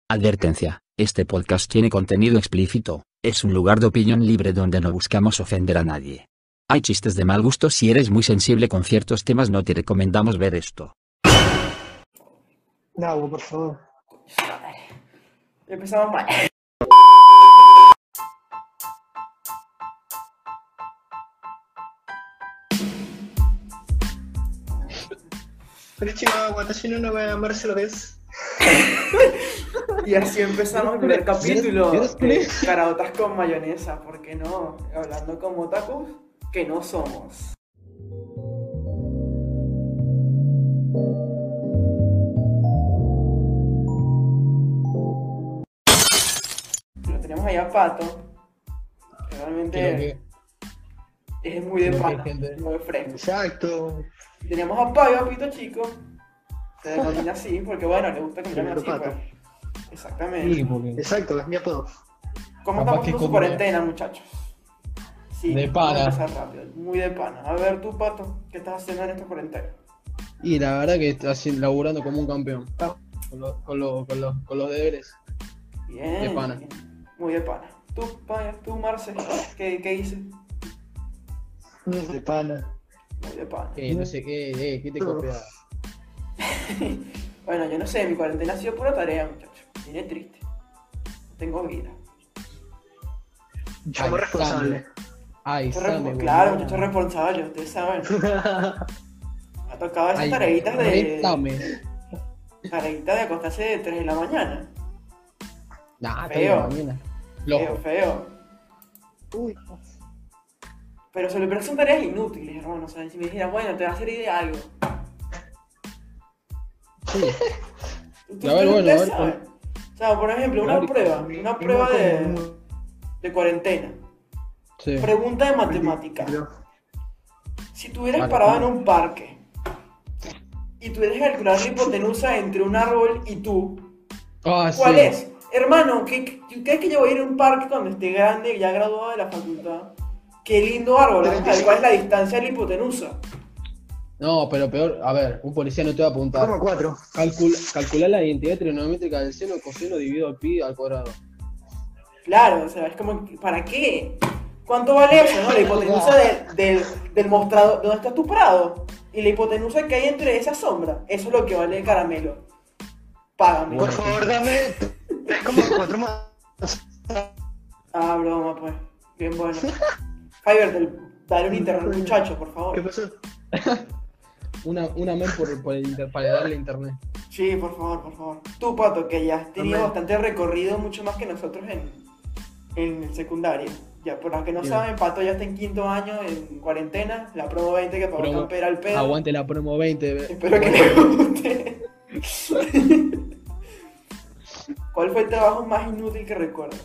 Advertencia, este podcast tiene contenido explícito, es un lugar de opinión libre donde no buscamos ofender a nadie. Hay chistes de mal gusto. Si eres muy sensible con ciertos temas no te recomendamos ver esto. No, por favor. Empezamos mal. Pero chihuahua, watashi no no va a Mercedes. Y así empezamos el primer capítulo ¿Quieres de Caraotas con mayonesa, ¿por qué no? Hablando como otakus que no somos. Lo tenemos allá a Pato, que realmente es muy de pana, muy de fresco. Exacto. Y teníamos a Payo, a Pito Chico, se denomina así porque bueno, le gusta que me llamen así, Pato. pues. Exactamente. Sí, porque Exacto, es mi apodo. ¿Cómo capaz estamos que con su como- cuarentena, muchachos? Sí, De vamos a pana. empezar rápido, muy de pana. A ver, tú, Pato, ¿qué estás haciendo en esta cuarentena? Y la verdad que está laburando como un campeón. Con los deberes. Bien, De pana. bien, muy de pana. Tú, Marce, ¿qué hice? De pana. Muy de pana. No sé qué te copia. Bueno, yo no sé, mi cuarentena ha sido pura tarea, muchachos. Viene triste. No tengo vida. Yo muy responsable. Ay, Same, Claro, muchachos responsables, ustedes saben. Me ha tocado esas tareitas de acostarse de 3 de la mañana. Nah, Feo. mañana. Feo, Loco. feo. Uy. Pero son tareas inútiles, hermano. O sea, si me dijeran, bueno, te va a servir de algo. Sí. Ustedes A ver, bueno, a ver, saben. O sea, por ejemplo, una prueba de cuarentena. Sí. Pregunta de matemáticas. Si tuvieras Vale. parado en un parque y tuvieras que calcular la hipotenusa entre un árbol y tú, Ah, ¿cuál sí. es? Hermano, ¿qué crees que yo voy a ir a un parque cuando esté grande, ya graduado de la facultad? Qué lindo árbol, vamos a ver cuál es la distancia de la hipotenusa. No, pero peor, a ver, un policía no te va a apuntar. 4. Calcular la identidad trigonométrica del seno coseno dividido pi al cuadrado. Claro, o sea, es como, ¿para qué? ¿Cuánto vale eso, no? La hipotenusa del mostrador, ¿dónde estás tú parado? Y la hipotenusa que hay entre esa sombra, eso es lo que vale el caramelo. Págame. Por favor, dame 3,4 más. Ah, broma, pues. Bien bueno. Fiverr, dale un internet al muchacho, por ¿Qué favor. pasó? Una men para darle internet. Sí, por favor, por favor. Tú, Pato, que ya has tenido Amén. bastante recorrido, mucho más que nosotros en el secundario. Ya, por los que no Bien. saben, Pato ya está en 5º año, en cuarentena, la promo 20 que pagó Promo- Campera al pedo. Aguante la promo 20. Espero que les guste. ¿Cuál fue el trabajo más inútil que recuerdas?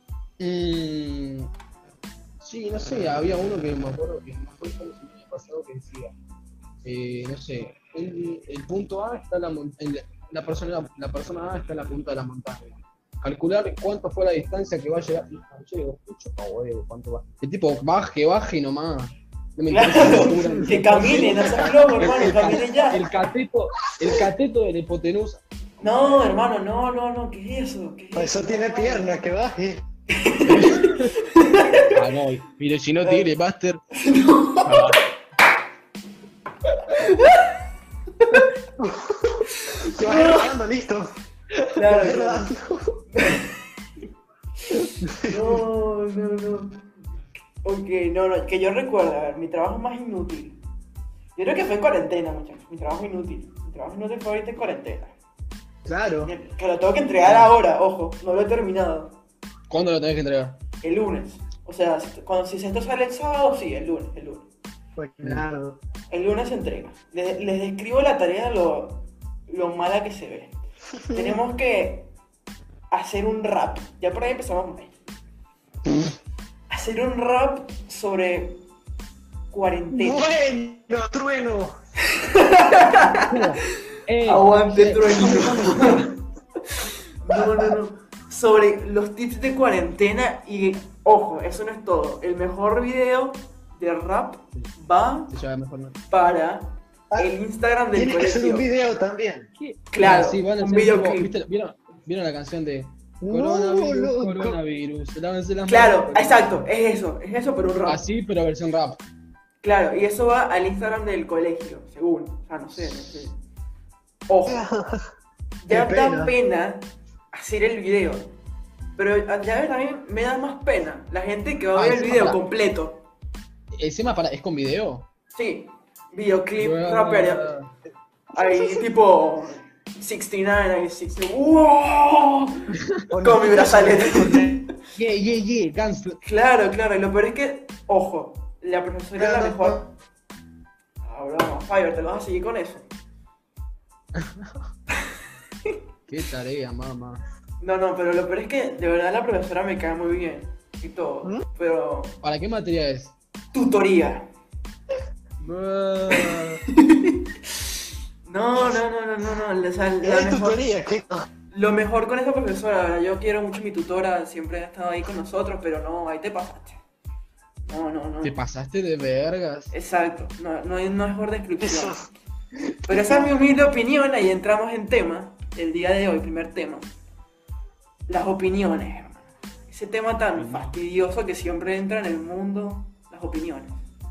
Sí, no sé, había uno que me acuerdo que me acuerdo el año pasado que decía, no sé, el punto A está la persona A está en la punta de la montaña. Calcular cuánto fue la distancia que va a llegar. Yo digo, pucho, huevo, cuánto va. El tipo baje nomás. No me interesa la Claro, altura. que camine, no seas loco, hermano, camine ya. El cateto de la hipotenusa. No, hermano, no, ¿qué es eso? ¿Qué es Eso tiene piernas, que baje. Ah, no, pero si no tigre, Buster. Que baje rodando, listo. Claro, Baje claro. rodando. No. Ok, no, que yo recuerdo, a ver, mi trabajo más inútil. Yo creo que fue en cuarentena, muchachos. Mi trabajo inútil. Mi trabajo inútil fue ahorita en cuarentena. Claro. Que lo tengo que entregar ahora, ojo, no lo he terminado. ¿Cuándo lo tenés que entregar? El lunes. O sea, si esto sale el sábado, sí, el lunes. Pues claro. El lunes se entrega. Les describo la tarea lo mala que se ve. Tenemos que hacer un rap. Ya por ahí empezamos mal. Hacer un rap sobre cuarentena. Bueno, trueno. Aguante, trueno. No. Sobre los tips de cuarentena y, ojo, eso no es todo. El mejor video de rap va Se lleva mejor no. para el Instagram del Tienes que hacer un colegio. video también. Claro, Sí, van a un hacer videoclip. tipo, ¿Vieron la canción de No, Coronavirus, loco. coronavirus? Lávense las Claro, manos? exacto, es eso, pero un rap. Así, pero versión rap. Claro, y eso va al Instagram del colegio, según. O sea, no sé. Ojo, ya Qué da pena. pena hacer el video. Pero ya también me da más pena la gente que va a ver el encima video para- completo. Encima ¿es con video? Sí, videoclip, Ah, rapper. Ahí tipo 69, ahí 60. ¡Wow! Con mi brazalete. Yeah, cancel. Claro, y lo peor es que, ojo, la profesora es la mejor. Ahora, Fiverr, te lo vas a seguir con eso. Qué tarea, mamá. No, pero lo peor es que de verdad la profesora me cae muy bien y todo. ¿Mm? Pero, ¿Para qué materia es? tutoría. Ah, No. O sea, Es tutoría, ¿qué? lo mejor con esa profesora, la verdad, yo quiero mucho a mi tutora, siempre ha estado ahí con nosotros, pero no, ahí te pasaste. No. Te pasaste de vergas. Exacto, no hay mejor descripción. Eso. Pero esa es mi humilde opinión, ahí entramos en tema, el día de hoy, primer tema. Las opiniones, hermano. Ese tema tan fastidioso que siempre entra en el mundo, las opiniones.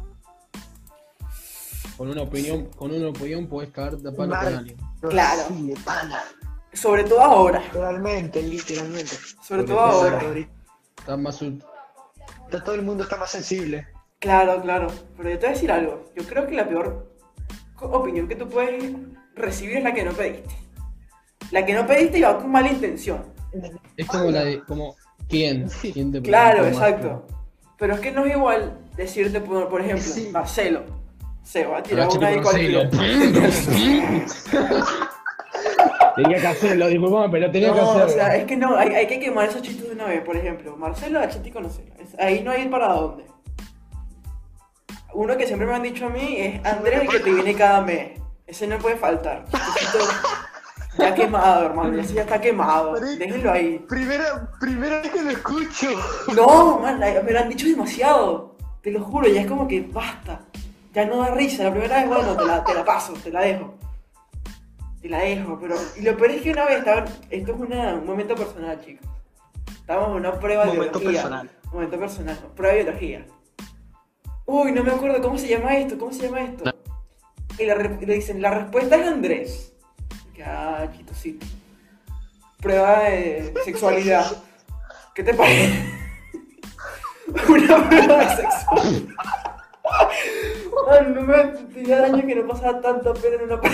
Con una opinión puedes cagar de palo Mal. con alguien. Claro. Sí, de pana. Sobre todo ahora, Literalmente. sobre todo ahora. Está más Todo el mundo está más sensible. Claro, pero yo te voy a decir algo, yo creo que la peor opinión que tú puedes recibir es la que no pediste. La que no pediste y va con mala intención. Es como la de, ¿quién? ¿Quién te Claro, preguntó más? exacto. Pero es que no es igual decirte, por ejemplo, Sí. Marcelo, se va a tirar Agachate una ahí con Marcelo. cualquiera. Tenía que hacerlo, disculpame, pero tenía que No, hacerlo. o sea, es que no, hay que quemar esos chistes de una vez. Por ejemplo, Marcelo, agachate y conocelo. Ahí no hay para dónde. Uno que siempre me han dicho a mí es Andrés, el que te viene cada mes. Ese no puede faltar. Chistecito ya quemado, hermano. Ese ya está quemado. Déjenlo ahí. Primera vez que lo escucho. No, man, me lo han dicho demasiado. Te lo juro, ya es como que basta. Ya no da risa. La primera vez, bueno, te la paso, te la dejo. Te la dejo, pero... Y lo peor es que una vez estaban... Esto es un momento personal, chicos. Estábamos en una prueba de Momento biología. personal. Momento personal, no, prueba de biología. Uy, no me acuerdo cómo se llama esto, Y le dicen, la respuesta es Andrés. Y que, chistosito. Prueba de sexualidad. ¿Qué te parece? Una prueba de sexualidad. Ay, no me tenía años que no pasaba tanta pena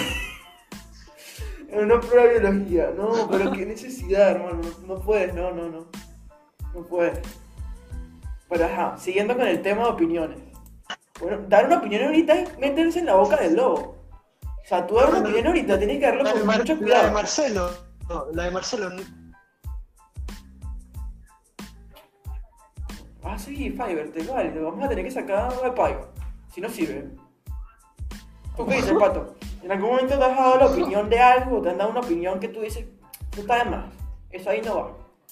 en una prueba de biología. No, pero qué necesidad, hermano. No puedes, no. No puedes. Pero ajá, siguiendo con el tema de opiniones. Bueno, dar una opinión ahorita es meterse en la boca del lobo. O sea, tú dar una opinión ahorita tienes que darlo La de, con mucho la de cuidado. Marcelo. No, la de Marcelo. Sí, Fiverr, te vamos a tener que sacar de pago. Si no sirve. ¿Tú qué dices, Pato? ¿En algún momento te has dado la opinión de algo o te han dado una opinión que tú dices, no está de más? Eso ahí no va.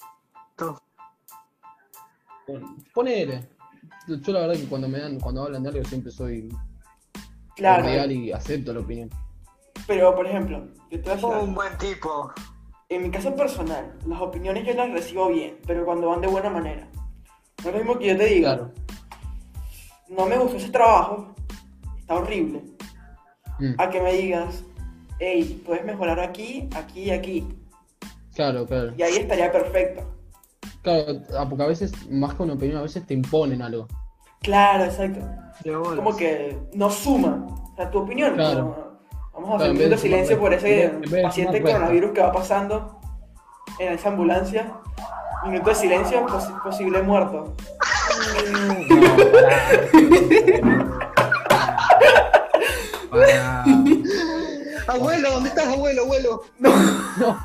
Ponele. Yo la verdad que cuando hablan de algo siempre soy Claro. real y acepto la opinión. Pero, por ejemplo, yo te voy a decir Un algo. buen tipo. En mi caso personal, las opiniones yo las recibo bien, pero cuando van de buena manera. No es lo mismo que yo te diga, Claro. no me gustó ese trabajo, está horrible. A que me digas, hey, puedes mejorar aquí, aquí y aquí. Claro. Y ahí estaría perfecto. Claro, porque a veces, más que una opinión, a veces te imponen algo. Claro, exacto. De bolas. Como que no suma. O sea, tu opinión. Claro. ¿no? Vamos a Claro, hacer en un vez minuto de de silencio sumar por ese en vez de paciente sumar, resta. coronavirus que va pasando en esa ambulancia. Minuto de silencio, posible muerto. Para. Abuelo, ¿dónde estás, abuelo? No,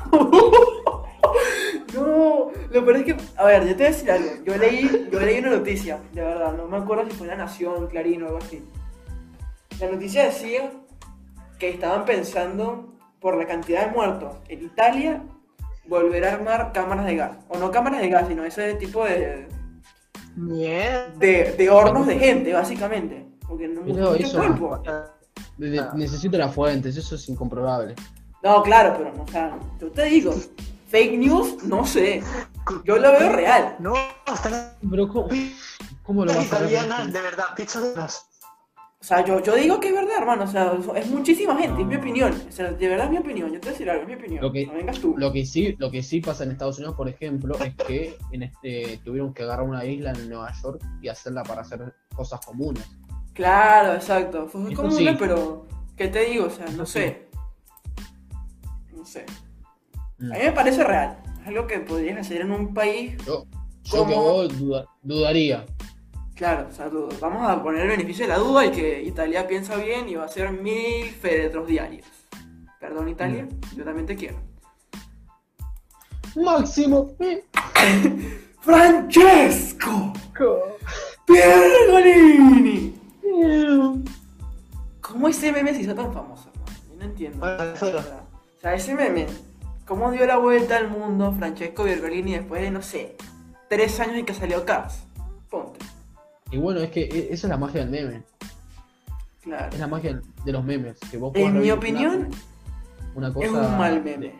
lo peor es que, a ver, yo te voy a decir algo. Yo leí una noticia, de verdad, no me acuerdo si fue La Nación, Clarín o algo así. La noticia decía que estaban pensando, por la cantidad de muertos en Italia, volver a armar cámaras de gas. O no cámaras de gas, sino ese tipo Mierda. de hornos de gente, básicamente. Porque no Pero mucho eso- tiempo. Necesito las fuentes, eso es incomprobable. No, claro, pero no, o sea, yo te digo, Fake news, no sé. Yo lo veo real. No, están Pero ¿cómo lo vas a ver? italianas, de verdad, pizza. O sea, yo digo que es verdad, hermano. O sea, es muchísima gente, es mi opinión. O sea, de verdad es mi opinión. Yo te voy a decir algo, es mi opinión. No vengas tú. Lo que sí pasa en Estados Unidos, por ejemplo, es que tuvieron que agarrar una isla en Nueva York y hacerla para hacer cosas comunes. Claro, exacto. Fue Eso común, sí. pero ¿qué te digo? O sea, no Eso sé. No sé. A mí me parece real. Es algo que podrías hacer en un país. Yo ¿Cómo? que vos dudaría. Claro, o sea, vamos a poner el beneficio de la duda y que Italia piensa bien y va a hacer 1000 féretros diarios. Perdón, Italia, yo también te quiero. Máximo. ¡Francesco! ¡Piergolini! ¿Cómo ese meme se hizo tan famoso, hermano? Yo no entiendo. O sea, ese meme, ¿cómo dio la vuelta al mundo Francesco Virgolini después de, no sé, 3 años en que salió Cars? Ponte. Y bueno, es que esa es la magia del meme. Claro. Es la magia de los memes. Que vos En podés mi ver opinión, una cosa es un mal meme.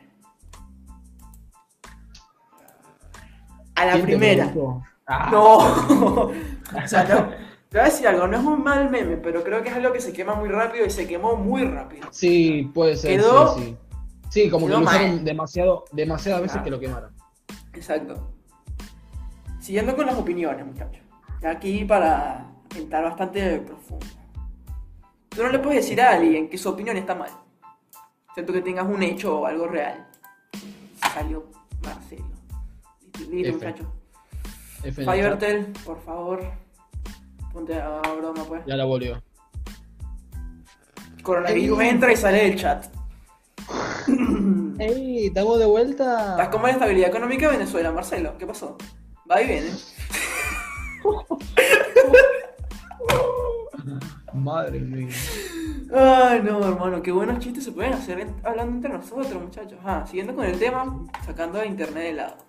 A la ¿Quién te primera. preguntó? No. O sea, no. Te voy a decir algo, no es un mal meme, pero creo que es algo que se quema muy rápido y se quemó muy rápido. Sí, puede ser. Quedó- Sí. Sí, como que quedó lo usaron mal. demasiadas veces Claro. que lo quemaron. Exacto. Siguiendo con las opiniones, muchachos. Aquí para entrar bastante profundo. Tú no le puedes decir a alguien que su opinión está mal. Excepto que tengas un hecho o algo real. Salió Marcelo. Listo, F. muchachos. F en el chat. Fivertel, por favor. Ponte a broma, pues. Ya la volvió. Coronavirus entra y sale del chat. ¡Ey! ¿Estamos de vuelta? Estás como la estabilidad económica de Venezuela, Marcelo. ¿Qué pasó? Va y viene. Madre mía. Ay, no, hermano, qué buenos chistes se pueden hacer hablando entre nosotros, muchachos. Siguiendo con el tema, sacando a internet de lado.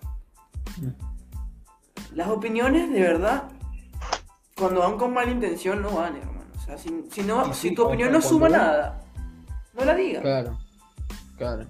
Las opiniones, de verdad, cuando van con mala intención, no van, hermano. O sea, si tu opinión no suma nada, no la digas. Claro.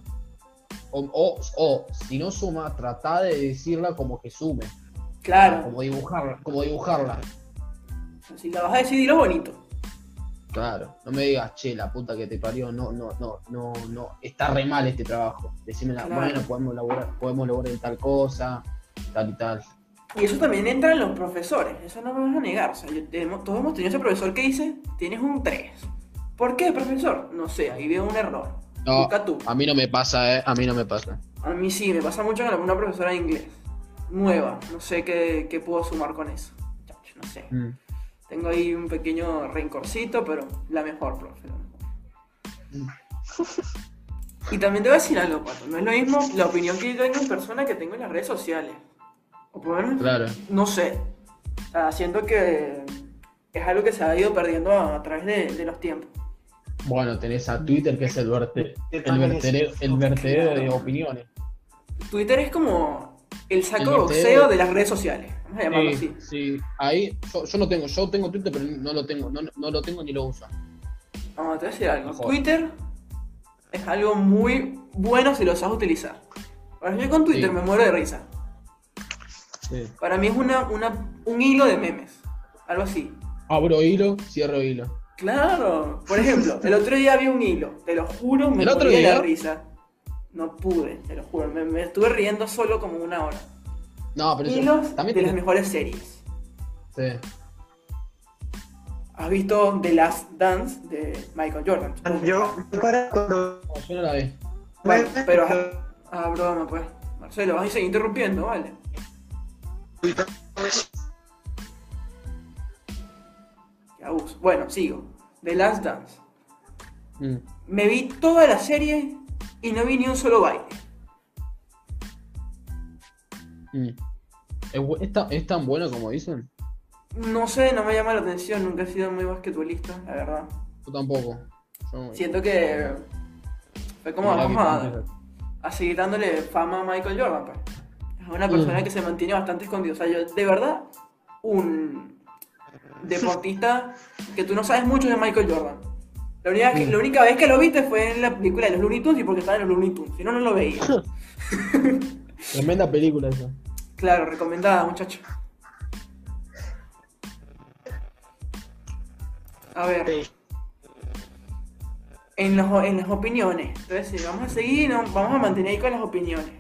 O si no suma, trata de decirla como que sume. Claro. Como dibujarla. Si la vas a decir, dilo bonito. Claro. No me digas, che, la puta que te parió, no. Está re mal este trabajo. Decime, Claro. bueno, podemos lograr en tal cosa, tal y tal. Y eso también entra en los profesores, eso no me vas a negar. O sea, todos hemos tenido ese profesor que dice, tienes un 3. ¿Por qué, profesor? No sé, ahí veo un error. No, Busca tú. a mí no me pasa, a mí no me pasa. A mí sí, me pasa mucho con una profesora de inglés. Nueva, no sé qué puedo sumar con eso. Chacho, no sé. Tengo ahí un pequeño rencorcito, pero la mejor, profe, la mejor. Y también te voy a decir algo, Pato. No es lo mismo la opinión que yo tengo en persona que tengo en las redes sociales. O por lo menos, Claro. no sé. O sea, siento que es algo que se ha ido perdiendo a través de los tiempos. Bueno, tenés a Twitter, que es el vertedero de opiniones. Twitter es como el saco El de boxeo vertedero. de las redes sociales. Vamos a llamarlo así. Sí, ahí yo tengo Twitter, pero no lo tengo ni lo uso. Vamos, te voy a decir algo. Mejor. Twitter es algo muy bueno si lo sabes utilizar. Ahora, yo con Twitter Sí. me muero de risa. Sí. Para mí es un hilo de memes. Algo así. Abro hilo, cierro hilo. Claro. Por ejemplo, el otro día vi un hilo. Te lo juro, me ¿El otro morí de día? la risa. No pude, te lo juro. Me estuve riendo solo como una hora. No, pero Hilos también de las tenés- mejores series. Sí. ¿Has visto The Last Dance de Michael Jordan? Yo, para cuando. No, yo no la vi. Bueno, pero broma, pues. Marcelo, vas a seguir interrumpiendo, ¿vale? Qué abuso. Bueno, sigo. The Last Dance. Mm. Me vi toda la serie y no vi ni un solo baile. Mm. ¿Es tan bueno como dicen? No sé, no me llama la atención. Nunca he sido muy basquetbolista, la verdad. Yo tampoco. Yo- Siento que fue como Mira vamos que- a seguir dándole fama a Michael Jordan, pues. Es una persona que se mantiene bastante escondida. O sea, yo, de verdad, un deportista que tú no sabes mucho de Michael Jordan. La única vez que lo viste fue en la película de los Looney Tunes y porque estaba en los Looney Tunes. Si no, no lo veía. Tremenda película esa. Claro, recomendada, muchacho. A ver, Sí. en las opiniones. Entonces, sí, vamos a seguir, vamos a mantener ahí con las opiniones.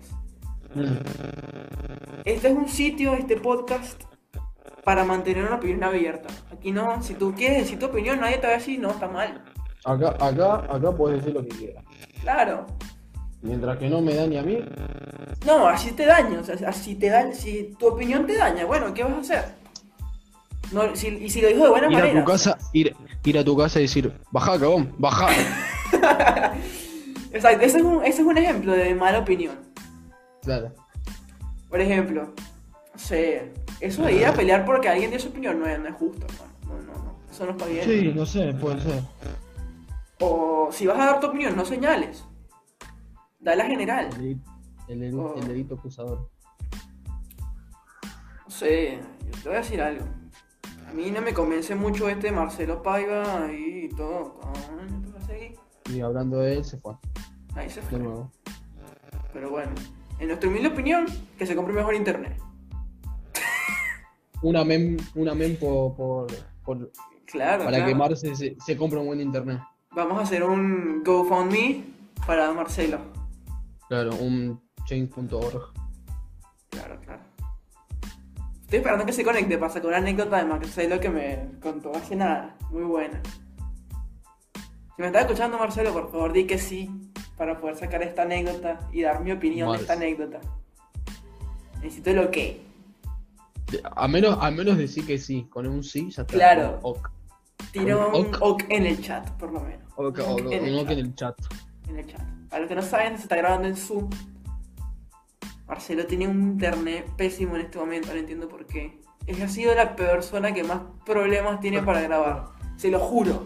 Este es un sitio, este podcast, para mantener una opinión abierta. Aquí no, si tú quieres decir tu opinión, nadie te va a decir, no, está mal. Acá puedes decir lo que quieras. Claro. Mientras que no me dañe a mí, No, así te daña, o sea, así te daña, si tu opinión te daña, bueno, ¿qué vas a hacer? No, y si lo dijo de buena ir a manera. tu casa, ir a tu casa y decir, bajá, cagón, bajá. Exacto, ese es un ejemplo de mala opinión. Claro. Por ejemplo, no sé, eso de ir a pelear porque alguien dio su opinión no es justo, hermano. No, eso no está bien. Sí, no sé, puede ser. O si vas a dar tu opinión, no señales. Dale la general. El delito acusador. No sé, yo te voy a decir algo. A mí no me convence mucho este Marcelo Paiva y todo. ¿Qué vas a seguir? Y hablando de él, se fue. Ahí se De fue. nuevo. Pero bueno, en nuestra humilde opinión, que se compre mejor internet. Una mem Claro, para claro. que Marce se compre un buen internet. Vamos a hacer un GoFundMe para Marcelo. Claro, un change.org. Claro. Estoy esperando que se conecte para sacar una anécdota de Marcelo que me contó hace nada. Muy buena. Si me estás escuchando, Marcelo, por favor, di que sí para poder sacar esta anécdota y dar mi opinión de esta anécdota. Necesito el ok. A menos decir que sí, con un sí ya está. Claro. Ok. Tiro un Ok. ok en el chat, por lo menos. Ok, Un ok ok, un ok en el chat. En el chat. Para los que no saben, se está grabando en Zoom. Marcelo tiene un internet pésimo en este momento, no entiendo por qué. Ha sido la persona que más problemas tiene para grabar. Se lo juro.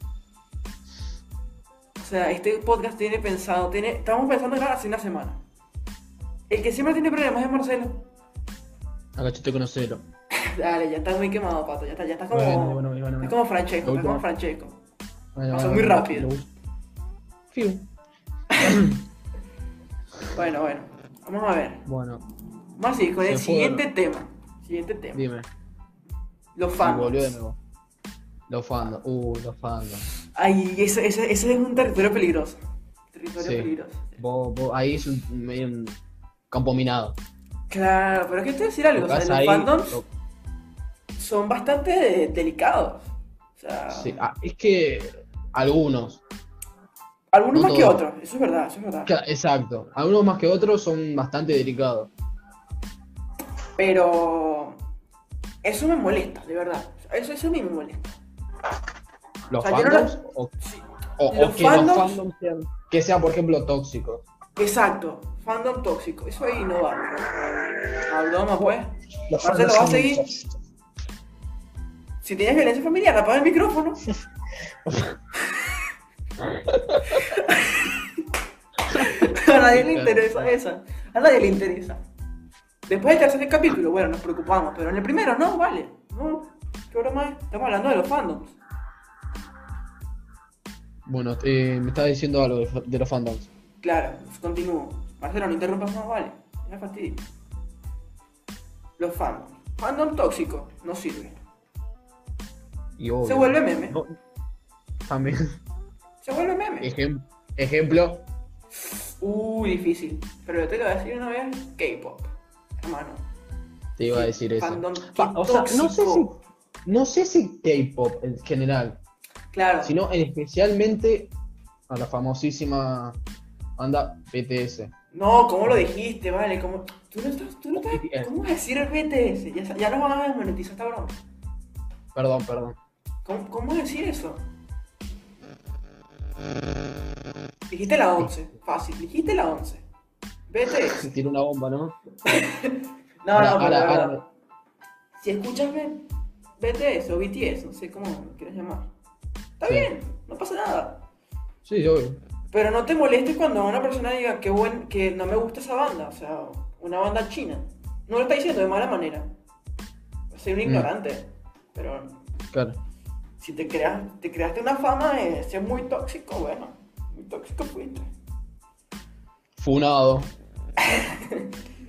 O sea, este podcast estamos pensando en grabar hace una semana. El que siempre tiene problemas es Marcelo. Agachate con cero. Dale, ya está muy quemado, Pato. Ya está como. Bueno. Es como Francesco, Lo está como último. Francesco. Bueno, Pasó muy rápido. Fiu. Bueno. Vamos a ver. Bueno, Vamos a seguir con el Se fue. siguiente tema. Siguiente tema. dime. Los Y fandoms. volvió de nuevo. Los fandoms. Los fandoms. Ay, ese es un territorio peligroso. Territorio Sí. peligroso. Ahí es medio un campo minado. Claro, pero es que te voy a decir algo. O sea, Tocas los ahí, fandoms son bastante delicados. O sea, sí. Es que algunos. algunos no más que todos. otros. Eso es verdad. Exacto. Algunos más que otros son bastante delicados. Pero eso me molesta, de verdad. Eso a mí me molesta. Los O sea, yo no fandoms Sí. o Los que fandoms- los fandoms sean, por ejemplo, tóxicos. Exacto. Fandom tóxico. Eso ahí no va. Hablamos, pues. Los Marcelo, fandoms ¿va a son seguir? tóxicos. Si tienes violencia familiar, apaga el micrófono. A nadie le interesa esa. A nadie le interesa. Después del tercer capítulo, bueno, nos preocupamos. Pero en el primero, no, vale. No, qué broma es. Estamos hablando de los fandoms. Bueno, me estaba diciendo algo de los fandoms. Claro, continúo. Marcelo, no interrumpas más, vale. Ya fastidio. Los fandoms. Fandom tóxico, no sirve. Y obvio. Se vuelve meme. No, también. Se vuelve meme. Ejemplo. Difícil. Pero yo te lo voy a decir una vez, K-pop. Hermano. Te iba a decir eso. Fandom O sea, tóxico. no sé si K-pop en general, Claro. sino especialmente a la famosísima banda BTS. No, ¿cómo lo dijiste? Vale, ¿cómo? ¿Tú no estás? ¿Cómo vas a decir el BTS? Ya nos van a desmonetizar esta broma. Perdón. ¿Cómo vas a decir eso? Dijiste la 11. Fácil, dijiste la 11. BTS. Tiene una bomba, ¿no? No, pero Ahora- verdad. Si escuchas BTS o BTS, no sé cómo lo quieres llamar. Está Sí. bien, no pasa nada. Sí, obvio. Pero no te molestes cuando una persona diga que no me gusta esa banda, o sea, una banda china. No lo está diciendo de mala manera. Soy un ignorante, pero Claro. si te creaste una fama de ser muy tóxico, bueno, muy tóxico fuiste. Funado.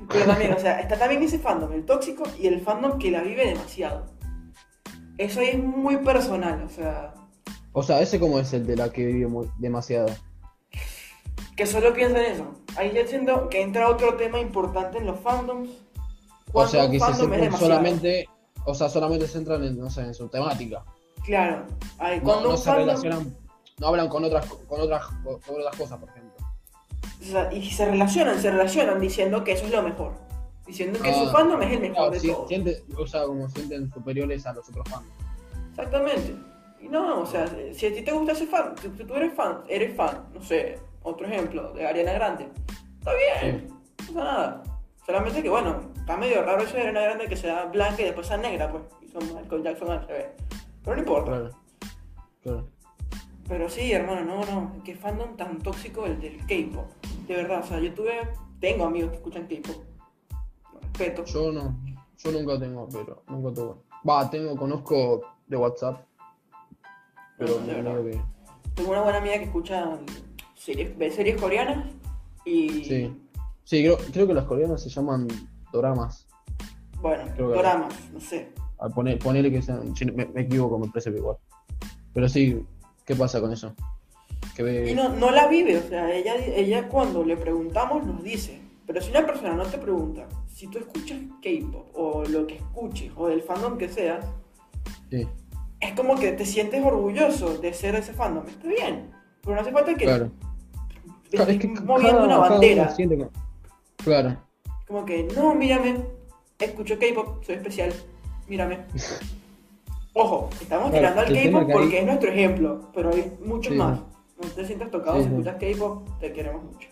Pero también, o sea, está también ese fandom, el tóxico y el fandom que la vive demasiado. Eso ahí es muy personal, o sea, O sea, ese como es el de la que vive demasiado. que solo piensa en eso. Ahí yo siento que entra otro tema importante en los fandoms. O Cuando sea, un que se fandom es centran demasiado. solamente, o sea, solamente se centran en, no sé, en su temática. Claro, ahí, No, cuando no un se fandom, relacionan, no hablan con otras cosas, por ejemplo. o sea, y se relacionan diciendo que eso es lo mejor. Diciendo que su Ah, fandom es el mejor Claro, de sí, todos. o sea, como sienten superiores a los otros fans. Exactamente. Y no, o sea, si a ti te gusta ese fan, si tú eres fan, no sé, otro ejemplo, de Ariana Grande, está bien, no pasa nada. Solamente que, bueno, está medio raro eso de Ariana Grande que sea blanca y después sea negra, pues, y son Michael Jackson al revés. Pero no importa. Claro. Claro. Pero sí, hermano, no, qué fandom tan tóxico el del K-pop. De verdad, o sea, tengo amigos que escuchan K-pop. Lo respeto. Yo nunca tengo, pero nunca tuve. Conozco de WhatsApp, pero De medio verdad. que. Tengo una buena amiga que escucha series coreanas y, Sí. Sí, creo que los coreanos se llaman doramas. bueno, Creo que- doramas, no sé. Ponele que sean. Si me equivoco, me parece que igual. Pero sí, ¿qué pasa con eso? Que ve. Y no la vive, o sea, ella cuando le preguntamos nos dice. Pero si una persona no te pregunta, si tú escuchas K-pop o lo que escuches o del fandom que seas, Sí, es como que te sientes orgulloso de ser ese fandom. Está bien, pero no hace falta que claro. estés Es que moviendo una cada bandera. uno siente claro. Como que, no, mírame, escucho K-pop, soy especial, mírame. Ojo, estamos Claro, tirando al el tema K-pop que hay- porque es nuestro ejemplo, pero hay muchos Sí. más. No te sientas tocado Sí, si sí. escuchas K-pop, te queremos mucho.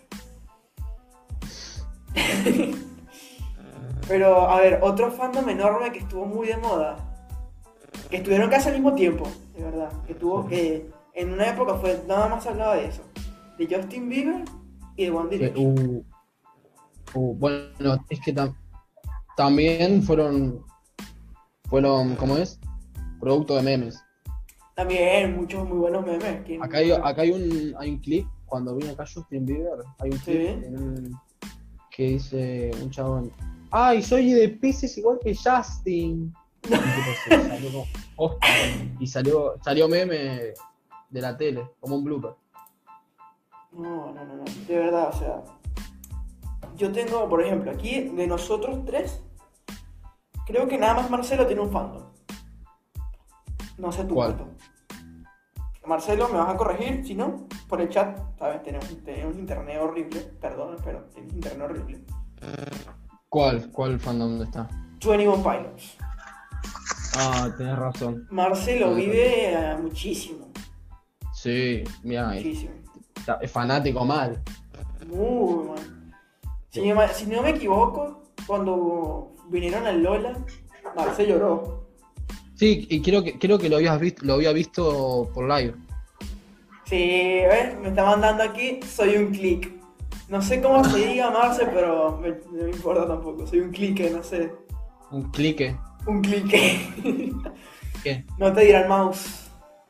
Pero, a ver, otro fandom enorme que estuvo muy de moda, que estuvieron casi al mismo tiempo, de verdad, que en una época fue nada más hablaba de eso, de Justin Bieber y de One Sí, Direction. bueno, es que también fueron, ¿cómo es? Producto de memes. También muchos muy buenos memes. Acá hay un clip, cuando vino acá Justin Bieber, hay un clip Sí. que dice un chabón, ¡ay, soy de Pisces igual que Justin! Y tipo, se salió como posta, y salió meme de la tele, como un blooper. No, de verdad, o sea, yo tengo, por ejemplo, aquí de nosotros tres, creo que nada más Marcelo tiene un fandom. No sé tú ¿Cuál? cuánto. Marcelo, me vas a corregir, si no, por el chat, sabes, tenemos internet horrible, perdón, pero tenemos internet horrible. ¿Cuál fandom está? 21 Pilots. Ah, tenés razón. Marcelo vive muchísimo, Sí, mira, muchísimo. es fanático mal. Muy mal. Si no me equivoco, cuando vinieron al Lola, Marcelo lloró. Sí, y creo que lo había visto por live. Sí, ¿ves? Me está mandando aquí, soy un click. No sé cómo se diga Marce, pero no me importa tampoco. Soy un clique, no sé. Un clique. Un clique. ¿Qué? No te dirán mouse.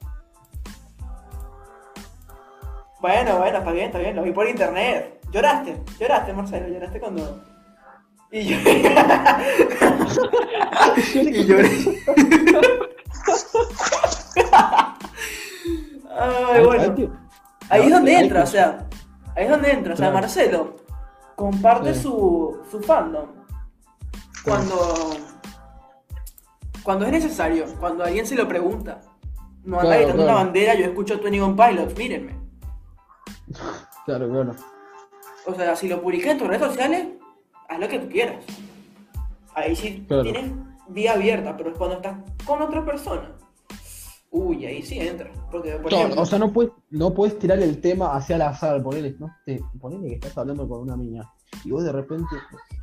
Bueno, está bien, lo vi por internet. Lloraste, Marcelo, lloraste cuando... Y yo... y lloré. Ay, bueno. Ahí es donde entra, o sea, Claro. Marcelo comparte Sí. su fandom cuando es necesario, cuando alguien se lo pregunta. No anda Claro, gritando una claro. bandera, yo escucho 21 Pilots, mírenme. Claro. O sea, si lo publicas en tus redes sociales, haz lo que tú quieras. Ahí sí Claro. tienes vía abierta, pero cuando estás con otra persona, uy, ahí sí entra. Porque, por Claro, ejemplo, o sea, no puedes tirar el tema hacia el azar, ponele que estás hablando con una niña y vos de repente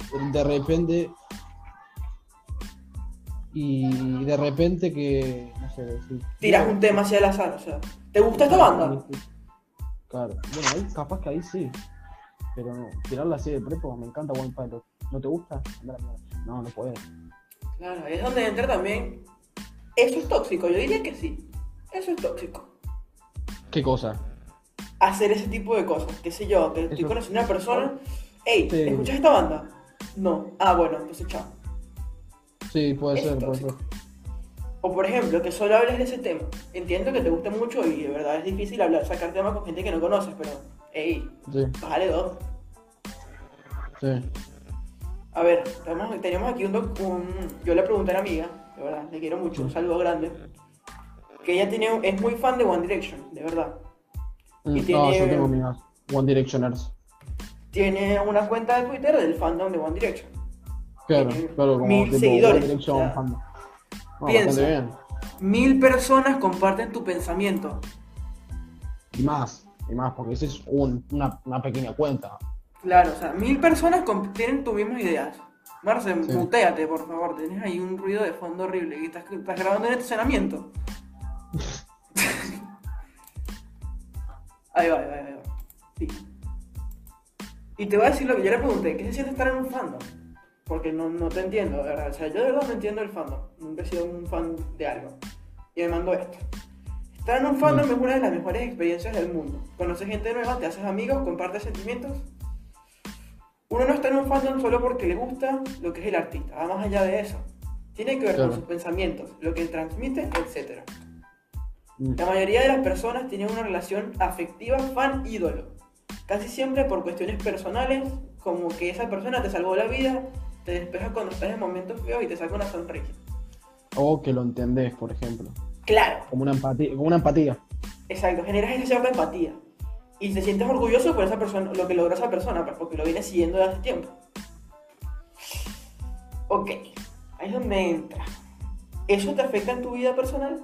que, no sé, decís, tiras un tema hacia el azar, o sea, ¿te gusta esta banda? Claro, bueno, ahí capaz que ahí sí, pero no, tirarla así de prepo, me encanta One Pilot, ¿no te gusta? Andá a la mierda. No puedes. Claro, ahí es donde entra también. Eso es tóxico, yo diría que sí. Eso es tóxico. ¿Qué cosa? Hacer ese tipo de cosas, qué sé yo, que estoy Eso. conociendo a una persona, hey, Sí. ¿escuchas esta banda? No. Ah, bueno, entonces chao. Sí, puede Es ser, puede ser. tóxico. O por ejemplo, que solo hables de ese tema. Entiendo que te guste mucho y de verdad es difícil hablar, sacar temas con gente que no conoces, pero, ey, Sí, bájale dos. sí. A ver, teníamos aquí yo le pregunté a una amiga, de verdad, le quiero mucho, un saludo grande, que ella es muy fan de One Direction, de verdad. Y No, tiene, yo tengo mis One Directioners. tiene una cuenta de Twitter del fandom de One Direction. Claro, Tiene claro, como 1000 tipo seguidores, One Direction o sea, fandom. No, piensa. bastante bien. 1000 personas comparten tu pensamiento. Y más, porque esa es una pequeña cuenta. Claro, o sea, 1000 personas tienen tus mismas ideas. Marce, Sí. mutéate, por favor, tenés ahí un ruido de fondo horrible y estás grabando en estacionamiento. Ahí va. Sí. Y te voy a decir lo que yo le pregunté, ¿qué se siente estar en un fandom? Porque no te entiendo, de verdad. O sea, yo de verdad no entiendo el fandom. Nunca he sido un fan de algo. Y me mandó esto. Estar en un fandom es una de las mejores experiencias del mundo. Conoces gente nueva, te haces amigos, compartes sentimientos. Uno no está en un fandom solo porque le gusta lo que es el artista, va más allá de eso. Tiene que ver Claro. con sus pensamientos, lo que transmite, etc. Mm. La mayoría de las personas tienen una relación afectiva fan-ídolo. Casi siempre por cuestiones personales, como que esa persona te salvó la vida, te despeja cuando estás en momentos feos y te saca una sonrisa. O que lo entendés, por ejemplo. Claro, Como una empatía. exacto, generas esa cierta empatía. Y te sientes orgulloso por esa persona, lo que logró esa persona, pues, porque lo vienes siguiendo desde hace tiempo. Ok, ahí es donde entra. ¿Eso te afecta en tu vida personal?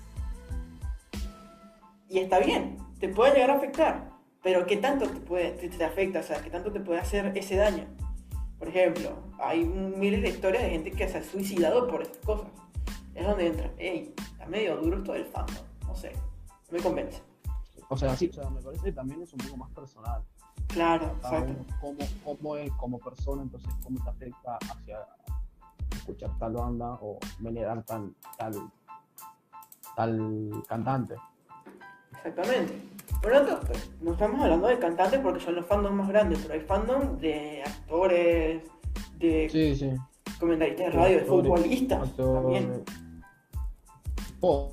Y está bien, te puede llegar a afectar, pero ¿qué tanto te afecta? O sea, ¿qué tanto te puede hacer ese daño? Por ejemplo, hay miles de historias de gente que se ha suicidado por estas cosas. Es donde entra, hey, está medio duro esto del fandom, no sé, no me convence. O sea, sí, o sea, me parece que también es un poco más personal. Claro, Cada exacto. uno, cómo es como persona, entonces cómo te afecta hacia escuchar tal banda o venerar tal cantante. Exactamente. Bueno, entonces, no estamos hablando de cantantes porque son los fandoms más grandes, pero hay fandom de actores, de Sí. comentaristas de radio, de Actores, futbolistas también. Oh,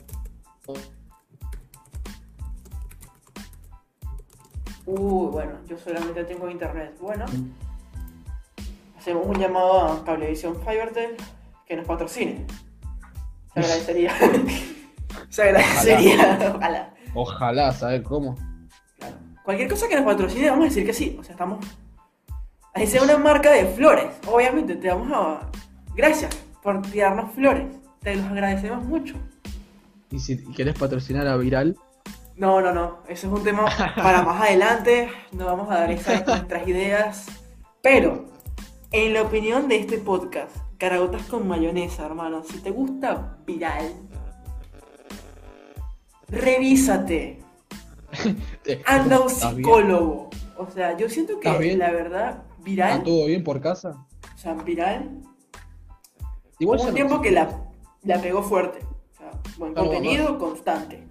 Bueno, yo solamente tengo internet. Bueno, hacemos un llamado a Cablevisión Fibertel que nos patrocine. Se agradecería. Se agradecería. Ojalá. ojalá, ¿sabes cómo? Claro. Cualquier cosa que nos patrocine, vamos a decir que sí. O sea, estamos. Así sea una marca de flores. Obviamente, te vamos a. Gracias por tirarnos flores. Te los agradecemos mucho. Y si querés patrocinar a Viral, No. Eso es un tema para más adelante. No vamos a dar nuestras ideas. Pero, en la opinión de este podcast, Caragotas con mayonesa, hermano, si te gusta Viral, revísate. Anda a un ¿Estás bien? psicólogo. O sea, yo siento ¿Estás que bien? la verdad, ¿está Viral, todo bien por casa? o sea, Viral, Igual hubo ya un no tiempo sé. que la pegó fuerte. O sea, buen Claro, contenido, constante.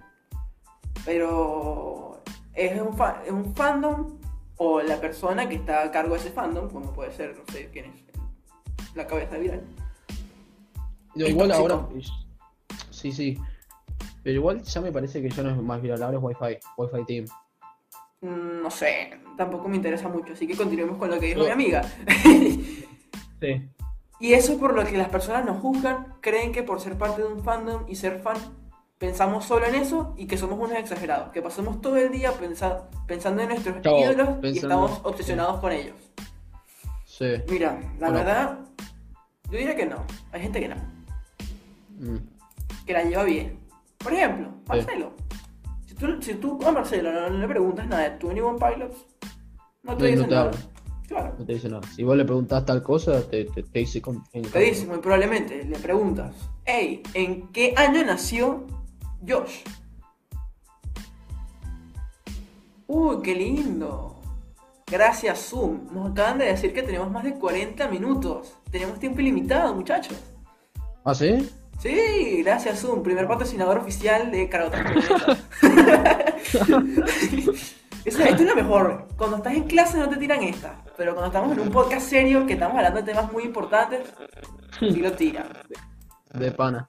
Pero es un fandom, o la persona que está a cargo de ese fandom, como puede ser, no sé quién es la cabeza de Viral. Yo es igual tóxico. ahora. Sí. Pero igual ya me parece que ya no es más Viral, ahora es Wi-Fi Team. No sé, tampoco me interesa mucho, así que continuemos con lo que dijo mi Yo- amiga. Sí. Y eso es por lo que las personas nos juzgan, creen que por ser parte de un fandom y ser fan, pensamos solo en eso y que somos unos exagerados, que pasamos todo el día pensando en nuestros Chavo, ídolos y pensando- estamos obsesionados con ellos. Sí. Mira, la Bueno. verdad, yo diría que no, hay gente que no, Mm. que la lleva bien. Por ejemplo, Marcelo. Si tú a Marcelo no le preguntas nada de 21 Pilots, no te No, dice no te nada. habla. Claro. No te dice nada. Si vos le preguntás tal cosa, te dice Te dice, muy probablemente, le preguntas, hey, ¿en qué año nació Josh? Uy, qué lindo. Gracias, Zoom. Nos acaban de decir que tenemos más de 40 minutos. Tenemos tiempo ilimitado, muchachos. ¿Ah, sí? Sí, gracias, Zoom. Primer patrocinador oficial de Caragotas con Mayonesa. Esto es lo mejor. Cuando estás en clase no te tiran esta. Pero cuando estamos en un podcast serio, que estamos hablando de temas muy importantes, sí lo tiran. De pana.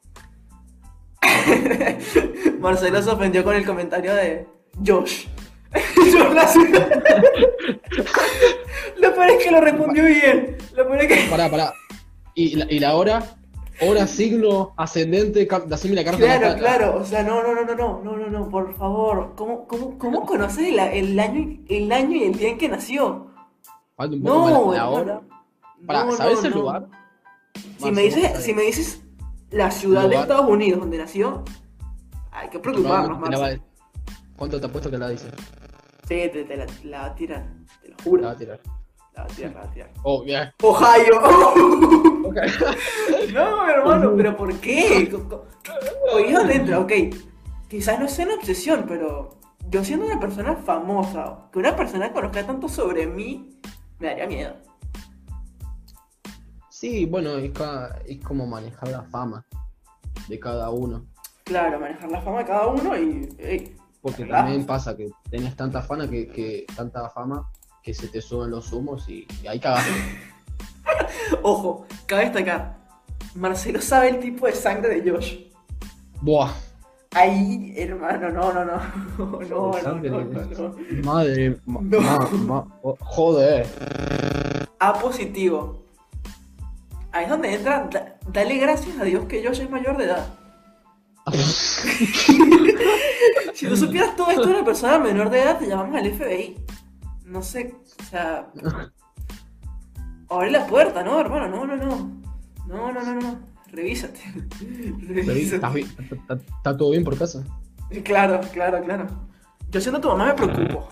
Marcelo se ofendió con el comentario de Josh. Josh la ciudad. Lo peor es que lo respondió bien. Lo peor es que... Pará. ¿Y la hora? Hora, signo, ascendente, decime la carta natal. Claro. O sea, no, por favor. ¿Cómo conoces el año y el día en que nació? Falta un poco No, la hora. Pará, ¿sabes el lugar? Si me dices la ciudad de ¿Lugar? Estados Unidos donde nació, hay que preocuparnos, Marcelo. ¿Cuánto te apuesto que la dice? Sí, te la va a tirar, te lo juro. La va a tirar. La va a tirar. Oh, bien. Ohio. Ok. No, hermano, pero ¿por qué? Oye, ¿dónde entra? Ok, quizás no sea una obsesión, pero yo siendo una persona famosa, que una persona conozca tanto sobre mí, me daría miedo. Sí, bueno, es como manejar la fama de cada uno. Claro, manejar la fama de cada uno y... Porque relax. también pasa que tenés tanta fama que se te suben los humos y ahí cagaste. Ojo, cabe destacar, Marcelo sabe el tipo de sangre de Josh. Buah. Ahí, hermano, no. Madre. No. Joder. A positivo. Ahí es donde entra, dale gracias a Dios que Josh es mayor de edad. Si tú supieras todo esto de una persona menor de edad, te llamamos al FBI. No sé, o sea... Abre la puerta, ¿no, hermano? No. Revísate. ¿Estás bien? ¿Está todo bien por casa? Claro. Yo siendo tu mamá me preocupo.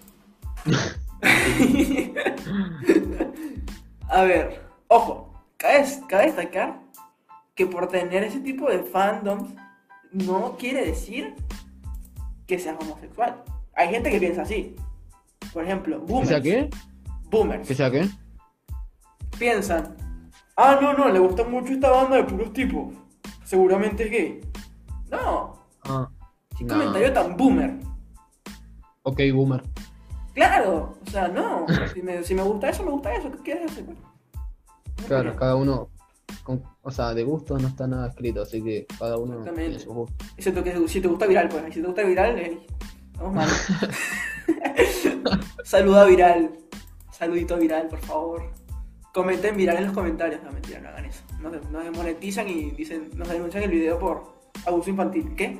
A ver, ojo, cabe destacar que por tener ese tipo de fandoms no quiere decir que seas homosexual. Hay gente que piensa así. Por ejemplo, boomers. ¿Que sea qué? Boomers. ¿Que sea qué? Piensan, no, le gusta mucho esta banda de puros tipos. Seguramente es gay. No, qué No. comentario tan boomer. Ok, boomer. Claro, o sea, no. Si me gusta eso, me gusta eso. ¿Qué quieres hacer? Claro, cada uno. O sea, de gustos no está nada escrito, así que cada uno Exactamente. tiene sus gustos. Excepto que si te gusta Viral, pues. Si te gusta Viral, vamos mal. Saluda a Viral. Saludito a Viral, por favor. Comenten Viral en los comentarios. No, mentira, no hagan eso. Nos desmonetizan y nos denuncian el video por abuso infantil. ¿Qué?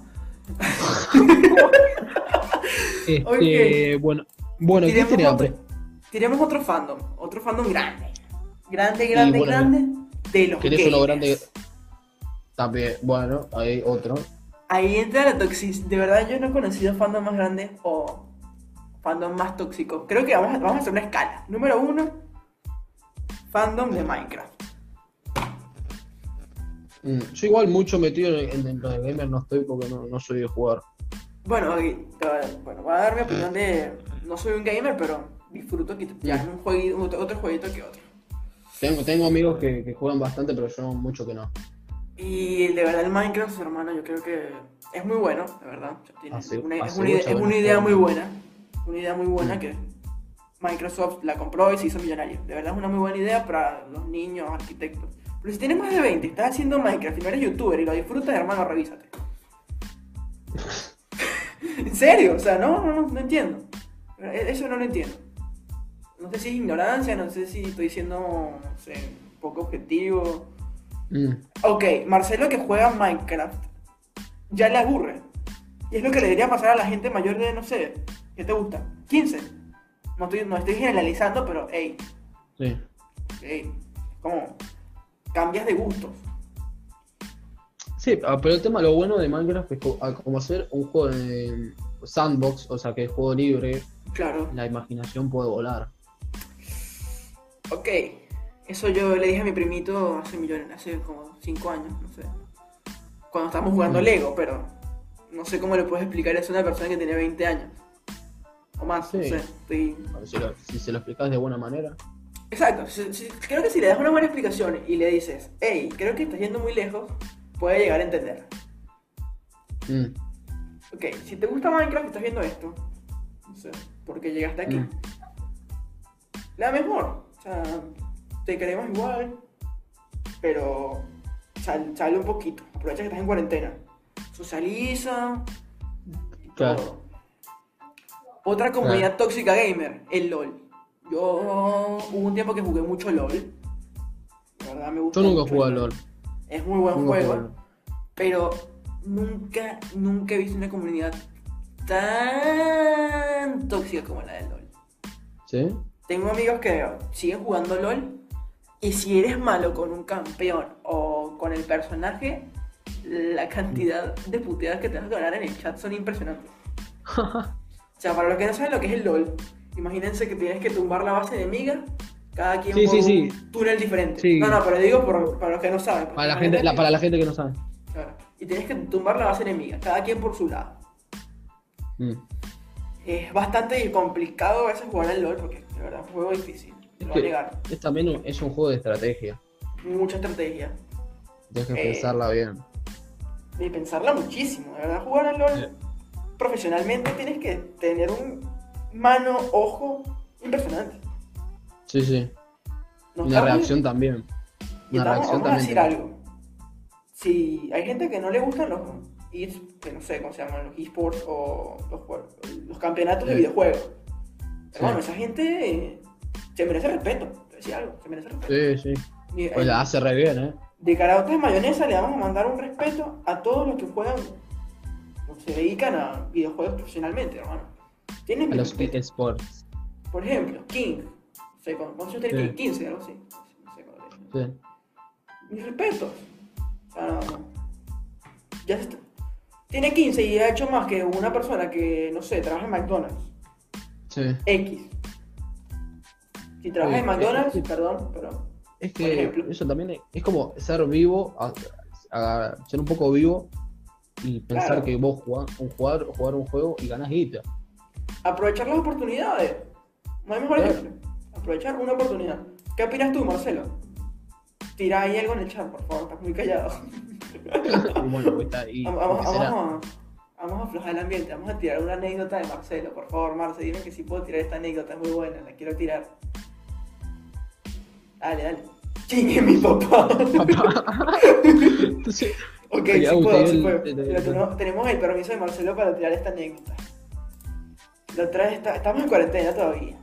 Ok. Bueno, ¿qué tenía hambre? Tiremos otro fandom grande. Grande, de los ¿Querés gamers. uno grande? También, bueno, hay otro. Ahí entra la toxicidad. De verdad, yo no he conocido fandom más grande o fandom más tóxico. Creo que vamos a hacer una escala. Número 1, fandom de Minecraft. Yo igual mucho metido en lo de gamer no estoy porque no soy de jugar. Bueno, voy a dar mi opinión de... No soy un gamer, pero disfruto que ya un jueguito, otro jueguito que otro. Tengo amigos que juegan bastante, pero yo mucho que no. Y de verdad el Minecraft, hermano, yo creo que es muy bueno, de verdad. O sea, es una idea muy buena. Una idea muy buena que Microsoft la compró y se hizo millonario. De verdad es una muy buena idea para los niños, arquitectos. Pero si tienes más de 20, estás haciendo Minecraft y no eres youtuber y lo disfrutas, hermano, revísate. En serio, o sea, no entiendo. Eso no lo entiendo. No sé si es ignorancia, no sé si estoy siendo, no sé, poco objetivo. Ok, Marcelo que juega Minecraft ya le aburre. Y es lo que le debería pasar a la gente mayor de, no sé, ¿qué te gusta? 15. No estoy generalizando, pero hey, como cambias de gustos. Sí, pero el tema, lo bueno de Minecraft es como hacer un juego de sandbox, o sea que es juego libre, Claro. la imaginación puede volar. Ok, eso yo le dije a mi primito hace como 5 años, no sé. Cuando estábamos jugando Lego, pero no sé cómo le puedes explicar eso a una persona que tiene 20 años. O más, no Sí. sé. Si se lo explicas de buena manera. Exacto, creo que si le das una buena explicación y le dices, hey, creo que estás yendo muy lejos, puede llegar a entender. Ok, si te gusta Minecraft y estás viendo esto, O sea, porque llegaste aquí. La mejor. O sea, te queremos igual, pero sale un poquito. Aprovecha que estás en cuarentena. Socializa. Claro. Todo. Otra comunidad tóxica gamer, el LOL. Yo hubo un tiempo que jugué mucho LOL. La verdad me gusta. Yo nunca mucho jugué el al LOL. Es muy buen Nunca jugué al juego, LOL. pero nunca he visto una comunidad tan tóxica como la del LOL. ¿Sí? Tengo amigos que siguen jugando LOL y si eres malo con un campeón o con el personaje, la cantidad de puteadas que te vas a ganar en el chat son impresionantes. O sea, para los que no saben lo que es el LOL, imagínense que tienes que tumbar la base enemiga, cada quien Sí, por sí, sí. un túnel diferente. Sí. No, pero digo para los que no saben. porque Para la gente, imagínate- para la gente que no sabe. Claro. Y tienes que tumbar la base enemiga, cada quien por su lado. Mm. Es bastante complicado a veces jugar al LOL porque de verdad es un juego difícil. Te lo voy a negar. Es también es un juego de estrategia. Mucha estrategia. Tienes que pensarla bien. Y pensarla muchísimo. De verdad, jugar al LOL profesionalmente tienes que tener un ojo impresionante. Sí, sí. No Y una estamos- reacción también. y Una estamos- reacción vamos a decir también. algo. Si hay gente que no le gustan los que no sé cómo se llaman, los esports o los campeonatos de Sí. videojuegos. Sí. Hermano, esa gente se merece respeto. Te decía algo, se merece respeto. Sí, sí. Y, Pues la hace re bien, ¿eh? de Caraotas de Mayonesa le vamos a mandar un respeto a todos los que juegan o se dedican a videojuegos profesionalmente, hermano. Tienen A mi los respeto. eSports. Por ejemplo, King. No sé cuántos años tiene Sí. King, 15, algo así. No sé cuánto tiene. Sí. Mis respetos. O sea, ya tiene 15 y ha hecho más que una persona que, no sé, trabaja en McDonald's. Sí. X. Si trabajas en Oye, McDonald's, es que- perdón, pero Es Por que ejemplo. eso también es como ser vivo, ser un poco vivo y pensar Claro. que vos jugar un juego y ganás guita. aprovechar las oportunidades. No hay mejor Claro. ejemplo. Aprovechar una oportunidad. ¿Qué opinas tú, Marcelo? Tira ahí algo en el chat, por favor, estás muy callado. Y bueno, pues está ahí. Vamos, ¿qué será? vamos a aflojar el ambiente, vamos a tirar una anécdota de Marcelo, por favor, Marce, dime que sí puedo tirar esta anécdota, es muy buena, la quiero tirar. Dale. Chingue mi papá. Entonces, Ok, Oye, sí puedo, sí el- puedo. el- Pero tenemos el permiso de Marcelo para tirar esta anécdota. La otra vez estamos en cuarentena todavía.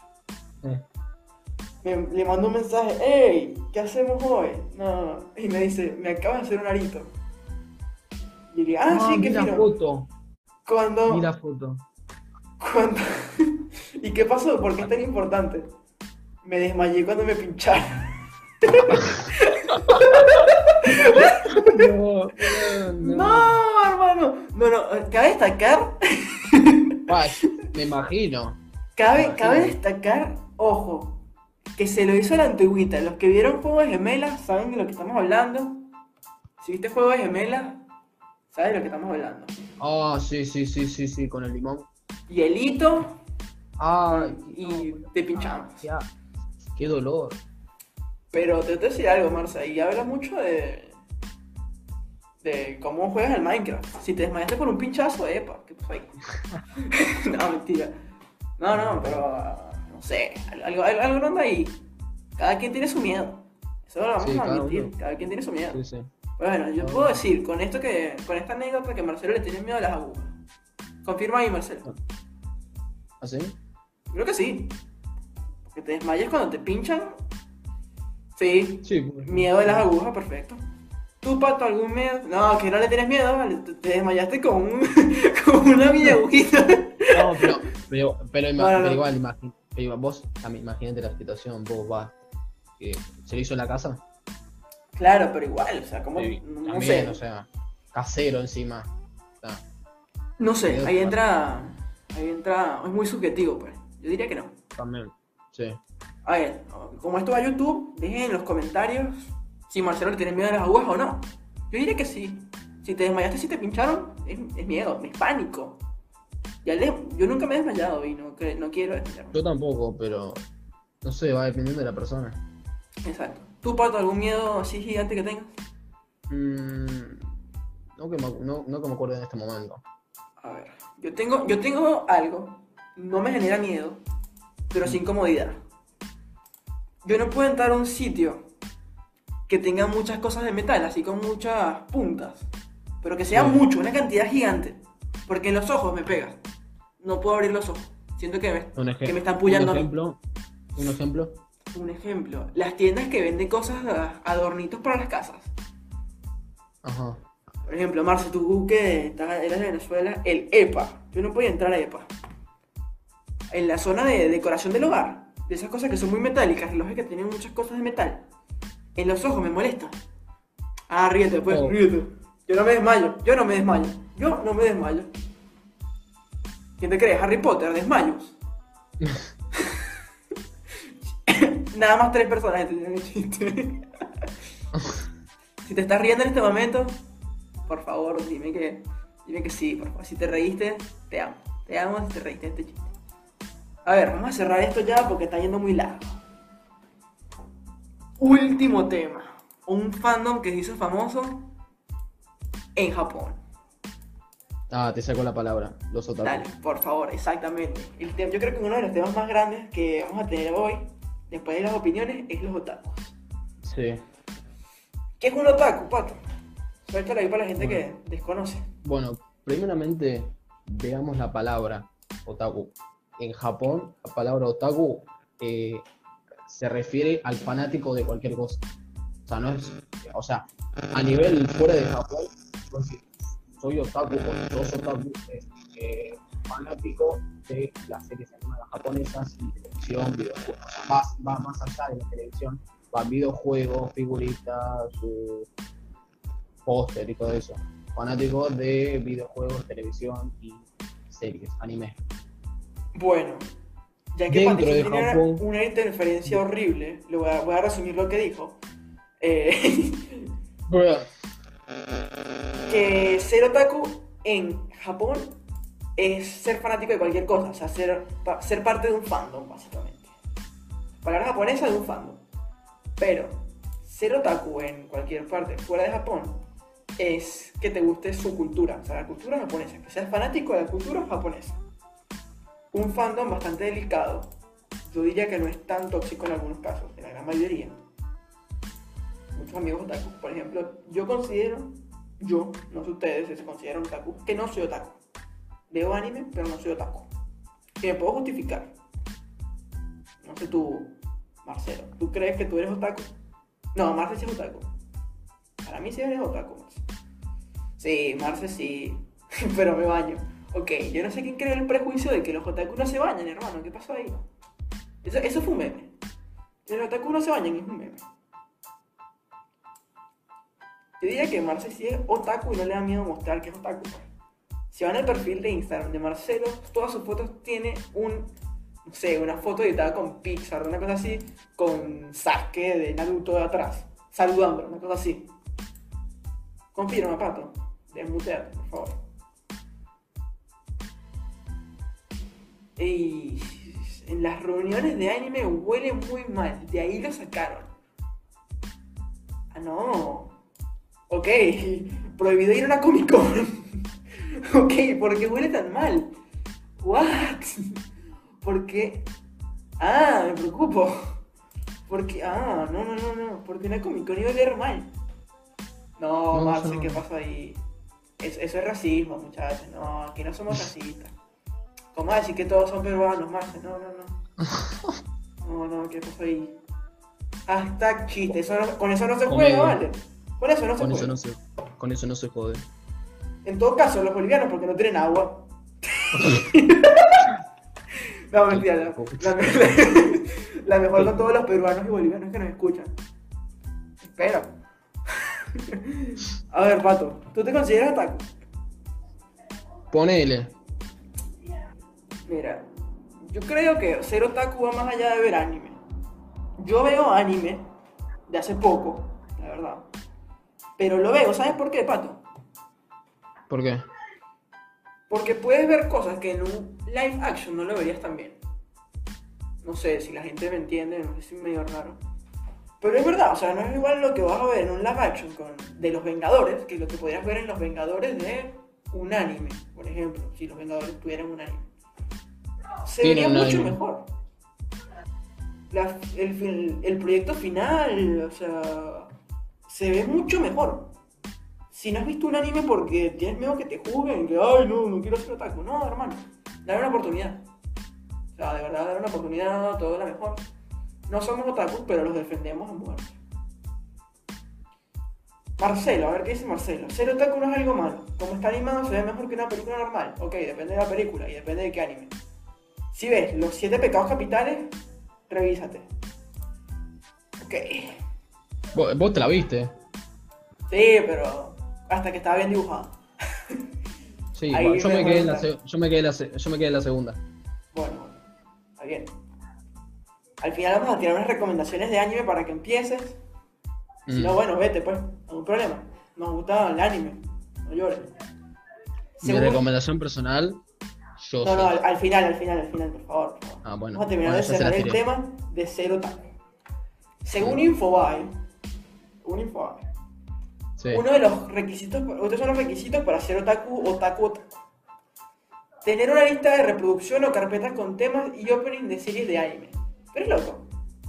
Le mando un mensaje, hey, ¿qué hacemos hoy? No. Y me dice, me acabas de hacer un arito. Y le digo, sí, qué mira fino. foto. Cuando, Mira foto. cuando... ¿Y qué pasó? ¿Por qué es tan importante? Me desmayé cuando me pincharon. No, hermano. No, cabe destacar, Ay, me imagino. cabe destacar, ojo, que se lo hizo a la antigüita. Los que vieron Juego de Gemelas saben de lo que estamos hablando. Si viste Juego de Gemelas, sabes de lo que estamos hablando. Ah, sí, con el limón. Hielito Ay, y te pinchamos. ya. Qué dolor. Pero te voy a decir algo, Marcia, y habla mucho de cómo juegas al Minecraft. Si te desmayaste por un pinchazo, epa, ¿qué pasó ahí? No, mentira. No, pero no sé, algo no anda ahí. Cada quien tiene su miedo. Eso lo vamos Sí, a cada admitir. uno. Cada quien tiene su miedo. Sí, sí. Pero bueno, yo puedo decir con esta anécdota que Marcelo le tiene miedo a las agujas. Confirma ahí, Marcelo. ¿Así? Creo que sí. Porque te desmayas cuando te pinchan. Sí, Sí. miedo de las agujas, perfecto. ¿Tú, Pato, algún miedo? No, que no le tienes miedo, vale. Te desmayaste con, con una mini agujita. No, pero No. igual, vos, imagínate la situación, vos vas, que se lo hizo en la casa. Claro, pero igual, o sea, como. Sí, No también, sé. o sea, casero encima. O sea, No sé, miedo ahí igual. entra. Es muy subjetivo, pues. Yo diría que no. también, sí. A ver, como esto va a YouTube, dejen en los comentarios si Marcelo le tiene miedo a las agujas o no. Yo diría que sí. Si te desmayaste, si te pincharon, es miedo, es pánico. Yo nunca me he desmayado y no quiero desmayarme. Yo tampoco, pero no sé, va dependiendo de la persona. Exacto. ¿Tú, Pato, algún miedo así gigante que tengas? No que me acuerdo en este momento. A ver, yo tengo algo no me genera miedo, pero sí incomodidad. Yo no puedo entrar a un sitio que tenga muchas cosas de metal, así con muchas puntas, pero que sea Sí. mucho, una cantidad gigante, porque en los ojos me pega. No puedo abrir los ojos. Siento que que me están pullando a mí. Un ejemplo. Un ejemplo, las tiendas que venden cosas, adornitos para las casas. Ajá. Por ejemplo, Marce, tú que eras de Venezuela, el EPA. Yo no podía entrar a EPA. En la zona de decoración del hogar, de esas cosas que son muy metálicas, relojes que tienen muchas cosas de metal. En los ojos me molesta. Ah, ríete, pues, Oh. ríete. Yo no me desmayo. ¿Quién te crees? Harry Potter, desmayos. Nada más 3 personas entendieron el chiste. Si te estás riendo en este momento, por favor, dime que sí, por favor. Si te reíste, te amo. Te amo si te reíste de este chiste. A ver, vamos a cerrar esto ya porque está yendo muy largo. Último tema. Un fandom que se hizo famoso en Japón. Ah, te saco la palabra. Los otaku. Dale, por favor, exactamente. Yo creo que uno de los temas más grandes que vamos a tener hoy, después de las opiniones, es los otakus. Sí. ¿Qué es un otaku, Pato? Suéltalo ahí para la gente que desconoce. Bueno, primeramente veamos la palabra otaku. En Japón, la palabra otaku se refiere al fanático de cualquier cosa. O sea, no es. O sea, a nivel fuera de Japón, pues, si soy otaku o sos otaku, es fanático de las series animadas japonesas y televisión, videojuegos. O sea, va más allá de la televisión, va videojuegos, figuritas, póster y todo eso. Fanático de videojuegos, televisión y series, anime. Bueno, ya que Dentro Patricio de tiene Japón. una interferencia horrible, voy a resumir lo que dijo. Que ser otaku en Japón es ser fanático de cualquier cosa, o sea, ser parte de un fandom, básicamente. Palabra japonesa de un fandom. Pero ser otaku en cualquier parte fuera de Japón es que te guste su cultura, o sea, la cultura japonesa, que seas fanático de la cultura japonesa. Un fandom bastante delicado. Yo diría que no es tan tóxico en algunos casos, en la gran mayoría. Muchos amigos otaku, por ejemplo, no sé ustedes si se consideran otaku, que no soy otaku. Veo anime, pero no soy otaku. Y me puedo justificar. No sé tú, Marcelo, ¿tú crees que tú eres otaku? No, Marce sí es otaku. Para mí sí eres otaku, Marce. Sí, Marce sí, pero me baño. Ok, yo no sé quién cree el prejuicio de que los otaku no se bañan, hermano. ¿Qué pasó ahí? Eso fue un meme. Los otaku no se bañan, es un meme. Yo diría que Marce sí es otaku y no le da miedo mostrar que es otaku. Si van al perfil de Instagram de Marcelo, todas sus fotos tiene no sé, una foto editada con Pixar, una cosa así, con Sasuke de Naruto de atrás, saludándolo, una cosa así. Confirma, Pato. Desmuteate, por favor. Y en las reuniones de anime huele muy mal, de ahí lo sacaron. Ah, no. Ok, prohibido ir a una Comic Con. Ok, ¿por qué huele tan mal? What? ¿Por qué? Ah, me preocupo. Porque, no. Porque una Comic Con iba a leer mal. No, No, Marce, eso no. ¿qué pasó ahí? Eso es racismo, muchachos. No, aquí no somos racistas. ¿Cómo decir que todos son peruanos, Marce? No. No, ¿qué pasó ahí? Hashtag chiste. Con eso no se juega, Comedia. ¿vale? Con eso no se Con juega. eso no se jode. En todo caso, los bolivianos porque no tienen agua. No, mentira. La mejor con todos los peruanos y bolivianos que nos escuchan. Espero. A ver, Pato, ¿tú te consideras otaku? Ponele. Mira, yo creo que ser otaku va más allá de ver anime. Yo veo anime de hace poco, la verdad. Pero lo veo, ¿sabes por qué, Pato? ¿Por qué? Porque puedes ver cosas que en un live action no lo verías tan bien. No sé si la gente me entiende, no sé si es medio raro. Pero es verdad, o sea, no es igual lo que vas a ver en un live action de los Vengadores que lo que podrías ver en los Vengadores de un anime, por ejemplo, si los Vengadores tuvieran un anime. se Tiene vería un mucho anime. mejor. El proyecto final, o sea, se ve mucho mejor. Si no has visto un anime porque tienes miedo que te juzguen, que ay no quiero ser otaku, no, hermano, dale una oportunidad. O sea, de verdad, dale una oportunidad, todo es la mejor. No somos otakus, pero los defendemos a muerte. Marcelo, a ver qué dice Marcelo. Ser otaku no es algo malo. Como está animado se ve mejor que una película normal. Ok, depende de la película y depende de qué anime. Si ves los 7 pecados capitales, revísate. Ok. Vos te la viste. Sí, pero hasta que estaba bien dibujado. Sí, Ahí bueno, yo me quedé en mejor yo me quedé en la segunda. Bueno, está bien. Al final vamos a tirar unas recomendaciones de anime para que empieces. Si no, bueno, vete pues, no hay problema. Nos gusta el anime, no llores. Mi Según- recomendación personal, yo No, soy. al final, por favor. Ah, bueno. Vamos a terminar Bueno, de ya se cerrar la el tiré. tema de ser otaku. Según Sí. Infobae, Sí. uno de los requisitos, estos son los requisitos para ser otaku. Tener una lista de reproducción o carpetas con temas y opening de series de anime. Pero es loco.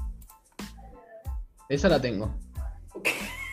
Esa la tengo. Ok.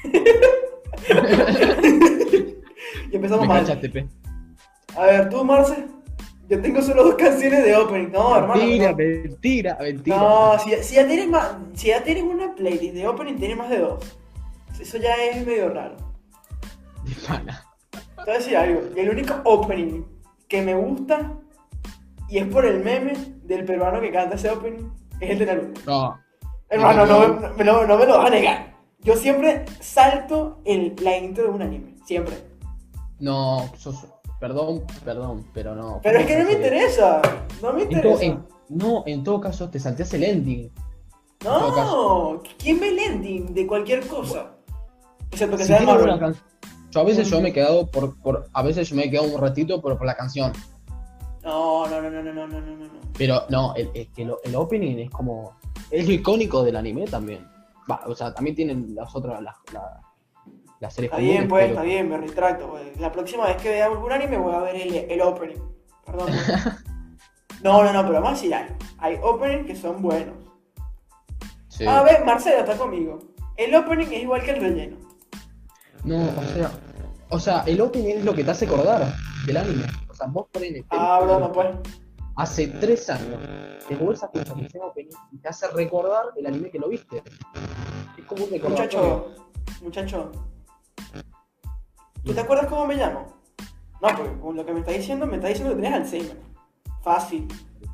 Y empezamos Me mal. cachaste, pe. A ver, tú, Marce. Yo tengo solo 2 canciones de opening. No, hermano. Mentira, No. mentira. No, si ya tienes más, si ya tienes una playlist de opening, tienes más de 2. Eso ya es medio raro. De pana. Te voy a decir algo. El único opening que me gusta, y es por el meme del peruano que canta ese opening, es el de Naruto. No. Hermano, no me lo vas a negar. Yo siempre salto la intro de un anime. Siempre. No, perdón, pero no. Pero es que no me ¿Cómo se hace? interesa. No me interesa. No, en todo caso, te salteas el ending. todo No. ¿Quién ve el ending de cualquier cosa? Excepto que Si sea de tiene Marvel. buena canción. Yo me he quedado a veces yo me he quedado un ratito por la canción. No. Pero no, es que el opening es como. Es lo icónico del anime también. Va, o sea, también tienen las otras, las series Está comunes. bien, pues, pero- está bien, me retracto. Pues. La próxima vez que vea algún anime voy a ver el opening. Perdón. Pues. No, pero vamos a decir algo. Hay openings que son buenos. Sí. A ver, Marcelo está conmigo. El opening es igual que el relleno. No, o sea, el opening es lo que te hace acordar del anime. O sea, vos ponés Broma, pues. hace 3 años, te vuelves a escuchar ese opening y te hace recordar el anime que lo viste. Es como un recordatorio. Muchacho. ¿Tú te acuerdas cómo me llamo? No, porque con lo que me está diciendo que tenés Alzheimer. Fácil.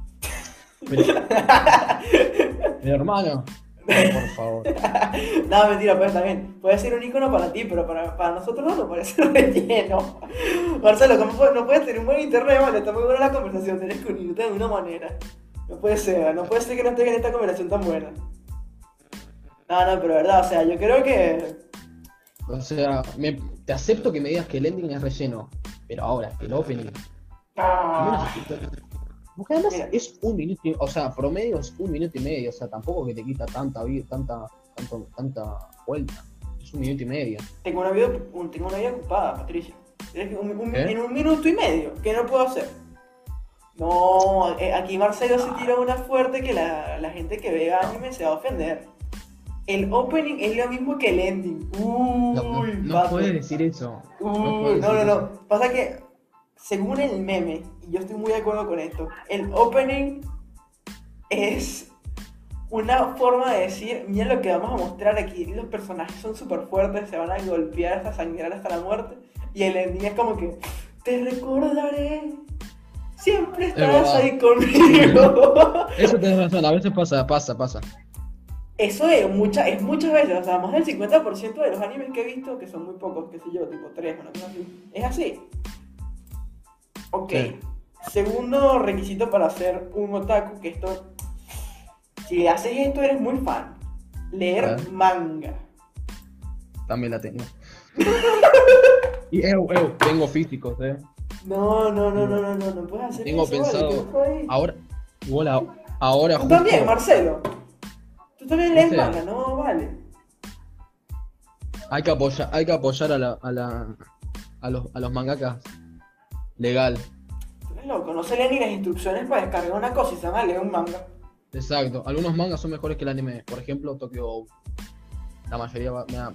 Mi hermano, por favor. No, mentira, pues está bien. Puede ser un icono para ti, pero para nosotros no nos parece relleno. Marcelo, no puedes tener un buen internet, vale, está muy buena la conversación, tenés que unirte de alguna manera. No puede ser que no estés en esta conversación tan buena. No, pero verdad, o sea, yo creo que... O sea, te acepto que me digas que el ending es relleno, pero ahora, el opening. Porque además Mira. es 1 minuto, o sea, promedio es 1 minuto y medio, o sea, tampoco que te quita tanta vuelta. Es 1 minuto y medio. Tengo una vida ocupada, Patricia. Es que ¿Qué? en 1 minuto y medio, ¿qué no puedo hacer? No, aquí Marcelo se tira una fuerte que la gente que vea anime se va a ofender. El opening es lo mismo que el ending. No pato. puedes decir eso. No. Pasa que, según el meme, y yo estoy muy de acuerdo con esto, el opening es una forma de decir, mira lo que vamos a mostrar aquí, los personajes son súper fuertes, se van a golpear hasta sangrar hasta la muerte, y el ending es como que, te recordaré, siempre estarás verdad. ahí conmigo. Eso tenés razón, a veces pasa. Eso es muchas veces, o sea, más del 50% de los animes que he visto, que son muy pocos, qué sé yo, tipo 3 o una cosa así, es así. Ok. Sí. Segundo requisito para ser un otaku, que esto, si haces esto eres muy fan, leer Ah. manga. También la tengo. Y tengo físicos, No puedes hacer Tengo eso, pensado. vale, que no ahí. Ahora Tú justo. también, Marcelo. Tú también lees Sí. manga, no vale. Hay que apoyar a los mangakas. Legal. Es loco, no se leen ni las instrucciones para descargar una cosa y se van a leer un manga. Exacto. Algunos mangas son mejores que el anime. Por ejemplo, Tokyo Ghoul. La mayoría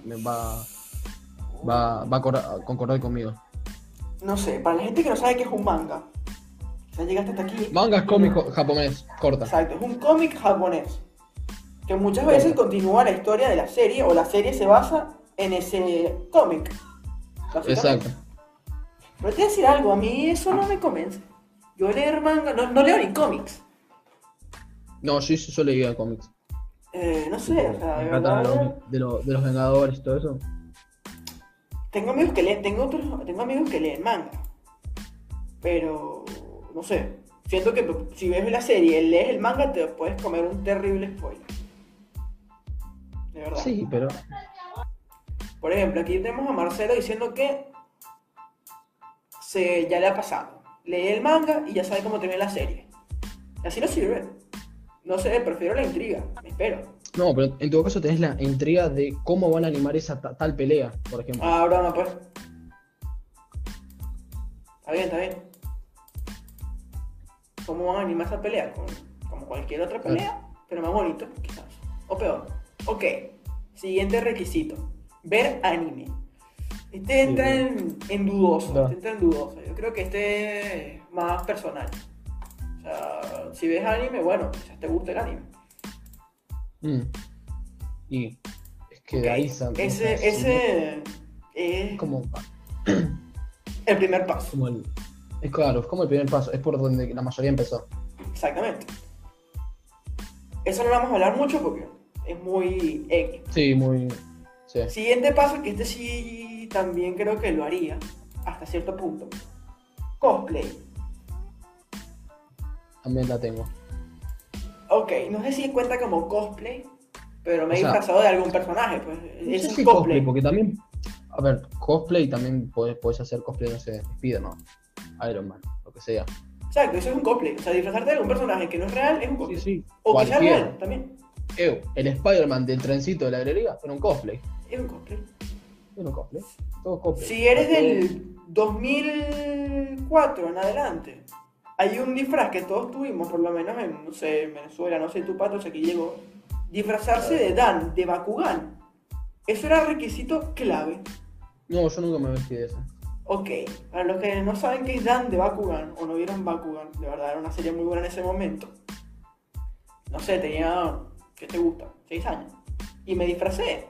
va a concordar conmigo. No sé, para la gente que no sabe qué es un manga, ya llegaste hasta aquí. Manga es cómic japonés, corta. Exacto, es un cómic japonés. Que muchas veces continúa la historia de la serie o la serie se basa en ese cómic. Básicamente. Exacto. Pero te voy a decir algo, a mí eso no me convence. Yo leer manga, no leo ni cómics. No, yo leía cómics. No sé, o sea, Me de encantan verdad. de los Vengadores y todo eso. Tengo amigos que leen, tengo amigos que leen manga. Pero, no sé. Siento que si ves la serie y lees el manga, te puedes comer un terrible spoiler. De verdad. Sí, pero. Por ejemplo, aquí tenemos a Marcelo diciendo que ya le ha pasado. Lee el manga y ya sabe cómo termina la serie. Y así no sirve. No sé, prefiero la intriga. Me espero. No, pero en todo caso tenés la intriga de cómo van a animar esa tal pelea, por ejemplo. Ah, broma, pues. Está bien, está bien. ¿Cómo van a animar esa pelea? Como cualquier otra pelea, pero más bonito, quizás. O peor. Ok. Siguiente requisito. Ver anime. Este entra en dudoso. No. Este entra en dudoso. Yo creo que este es más personal. O sea, si ves anime, bueno, quizás te gusta el anime. Y es que Ok, de ahí Ese es como el primer paso. es claro, es como el primer paso, es por donde la mayoría empezó. Exactamente. Eso no lo vamos a hablar mucho porque es muy X. Sí, muy. Sí. Siguiente paso, que este sí también creo que lo haría, hasta cierto punto. Cosplay. También la tengo. Ok, no sé si cuenta como cosplay, pero me he O sea, disfrazado de algún personaje, pues. No Es sé un si cosplay. porque también. A ver, cosplay también podés hacer cosplay, no sé, Spiderman, Iron Man, lo que sea. Exacto, eso es un cosplay. O sea, disfrazarte de algún personaje que no es real es un Sí, cosplay. sí. O que sea Cualquiera. real también. El Spider-Man del trencito de la alegría era un cosplay. Es un cosplay. Era un cosplay. Todo cosplay. Si eres del 2004 en adelante, hay un disfraz que todos tuvimos, por lo menos en, no sé, en Venezuela, no sé, tu pato, aquí llegó. Disfrazarse de Dan, de Bakugan. Eso era requisito clave. No, yo nunca me vestí de eso. Ok, para los que no saben qué es Dan de Bakugan, o no vieron Bakugan, de verdad era una serie muy buena en ese momento. No sé, tenía, ¿qué te gusta? 6 años. Y me disfracé.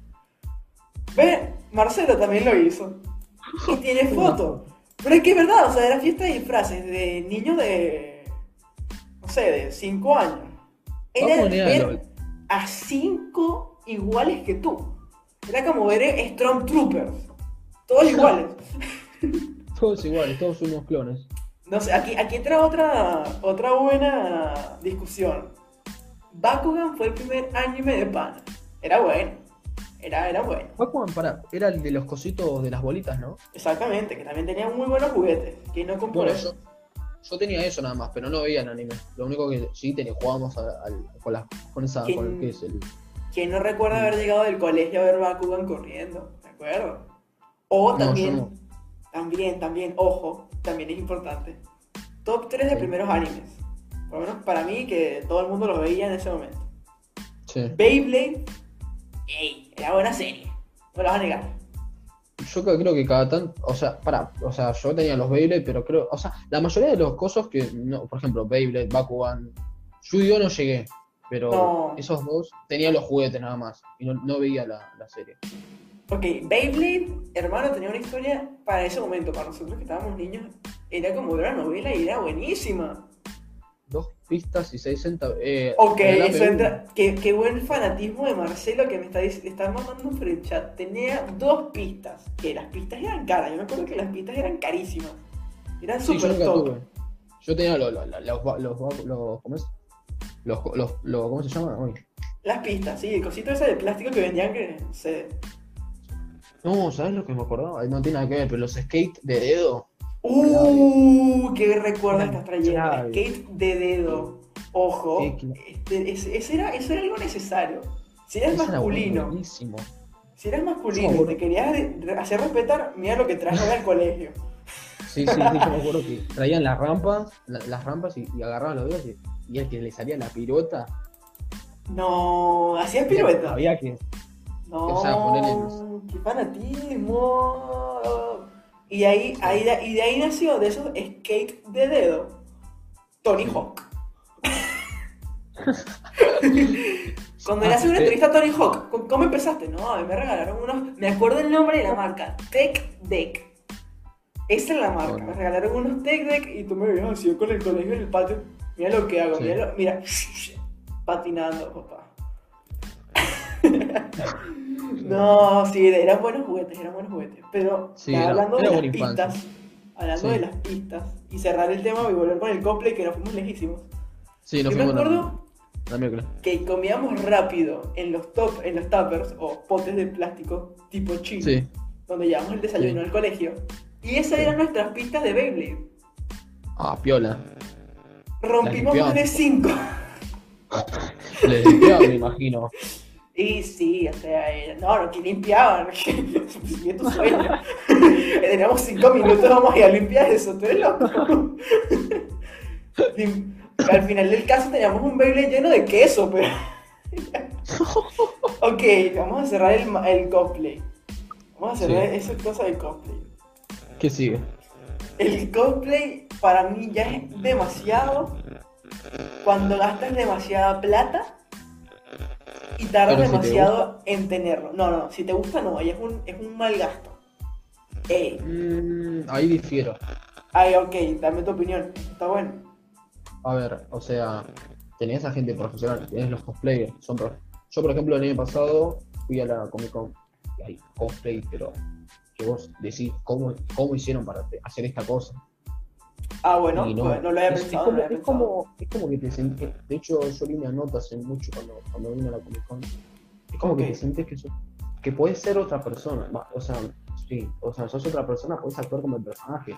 Ve, Marcelo también lo hizo. Y tiene foto. Pero es que es verdad, o sea, era fiesta de disfraces de niños de, no sé, de 5 años. Era Vamos a negarlo. ver a 5 iguales que tú. Era como ver Stormtroopers. Todos iguales. Todos iguales, todos unos clones. No sé, aquí entra otra buena discusión. Bakugan fue el primer anime de pana. Era bueno. Era bueno. Bakuman, era el de los cositos de las bolitas, ¿no? Exactamente, que también tenía muy buenos juguetes. Que no compró Bueno, eso. yo tenía eso nada más, pero no veía el anime. Lo único que sí jugábamos con esa, ¿Quién? con el que es el. ¿Quién no recuerda haber llegado del colegio a ver Bakugan corriendo? ¿De acuerdo? O No, también, yo no. también, ojo, también es importante. Top 3 de Sí. primeros animes. Por lo menos para mí, que todo el mundo los veía en ese momento. Sí. Beyblade, ey, era buena serie. No lo vas a negar. Yo creo que cada tanto, o sea, yo tenía los Beyblade, pero creo, o sea, la mayoría de los cosas que, no, por ejemplo, Beyblade, Bakugan, Yu-Gi-Oh no llegué, pero No. esos dos tenían los juguetes nada más, y no veía la serie. Ok, Beyblade, hermano, tenía una historia para ese momento, para nosotros que estábamos niños, era como una novela y era buenísima. 2 pistas y 6 centavos. Ok, eso entra. Qué buen fanatismo de Marcelo que me está mandando por el chat. Tenía 2 pistas, que las pistas eran caras. Yo me acuerdo que las pistas eran carísimas. Eran Sí, yo super nunca top. tuve. Yo tenía ¿cómo es? ¿Cómo se llama? Uy. Las pistas, sí, el cosito ese de plástico que vendían que se. No, ¿sabes lo que me acordaba? No tiene nada que ver, pero los skate de dedo. ¡Qué recuerdo Eran estás trayendo! clave. Skate de dedo. Ojo, Sí, eso era algo necesario. Si eras Ese era masculino, buenísimo. si eras masculino Yo me y te querías hacer respetar, mira lo que traes ahora al colegio. Sí, yo me acuerdo que traían las rampas, las rampas y agarraban los dedos y el que le salía la pirota, No, hacías pirueta. había que, No, o sea, ponerle los... qué fanatismo. Y de ahí nació de esos skate de dedo, Tony Hawk. Cuando le hace una entrevista a Tony Hawk, ¿cómo empezaste? No, a mí me regalaron unos, me acuerdo el nombre de la marca, Tech Deck. Esa es la marca, me regalaron unos Tech Deck y tú me veías así con el colegio en el patio. Mira lo que hago, Sí. mira, patinando, papá. No, sí, eran buenos juguetes. Pero Sí, ya hablando era de buena las infancia. pistas, hablando Sí. de las pistas y cerrar el tema y volver con el cosplay que nos fuimos lejísimos. Sí, no Yo me fuimos acuerdo la miércoles. que comíamos rápido en los tuppers o potes de plástico tipo chino, Sí. donde llevamos el desayuno Sí. al colegio. Y esas eran nuestras pistas de Beyblade. Piola. Rompimos limpiaban. más de 5. Les limpiaba, me imagino. Y sí, o sea, no, que limpiaban. Sigue tu sueño. Teníamos 5 minutos, vamos a ir a limpiar eso, tú eres loco. Al final del caso teníamos un Beyblade lleno de queso, pero. Ok, vamos a cerrar el cosplay. Vamos a cerrar Sí. esa cosa del cosplay. ¿Qué sigue? El cosplay para mí ya es demasiado cuando gastas demasiada plata y tardas Pero si te demasiado en tenerlo. No, si te gusta no, ahí es un mal gasto. Ey, Ahí difiero. ay, ok, dame tu opinión, está bueno. A ver, o sea, tenés a gente profesional, tenés los cosplayers. Yo, por ejemplo, el año pasado fui a la Comic Con y hay cosplay, pero que vos decís cómo hicieron para hacer esta cosa. Ah, bueno, Y pues, no lo había pensado, no lo había es pensado. como que te sentís. De hecho, yo vi una nota hace mucho cuando vine a la Comic Con. Es como Ok. que te sentís que podés ser otra persona. O sea, sí, o sea, sos otra persona, podés actuar como el personaje.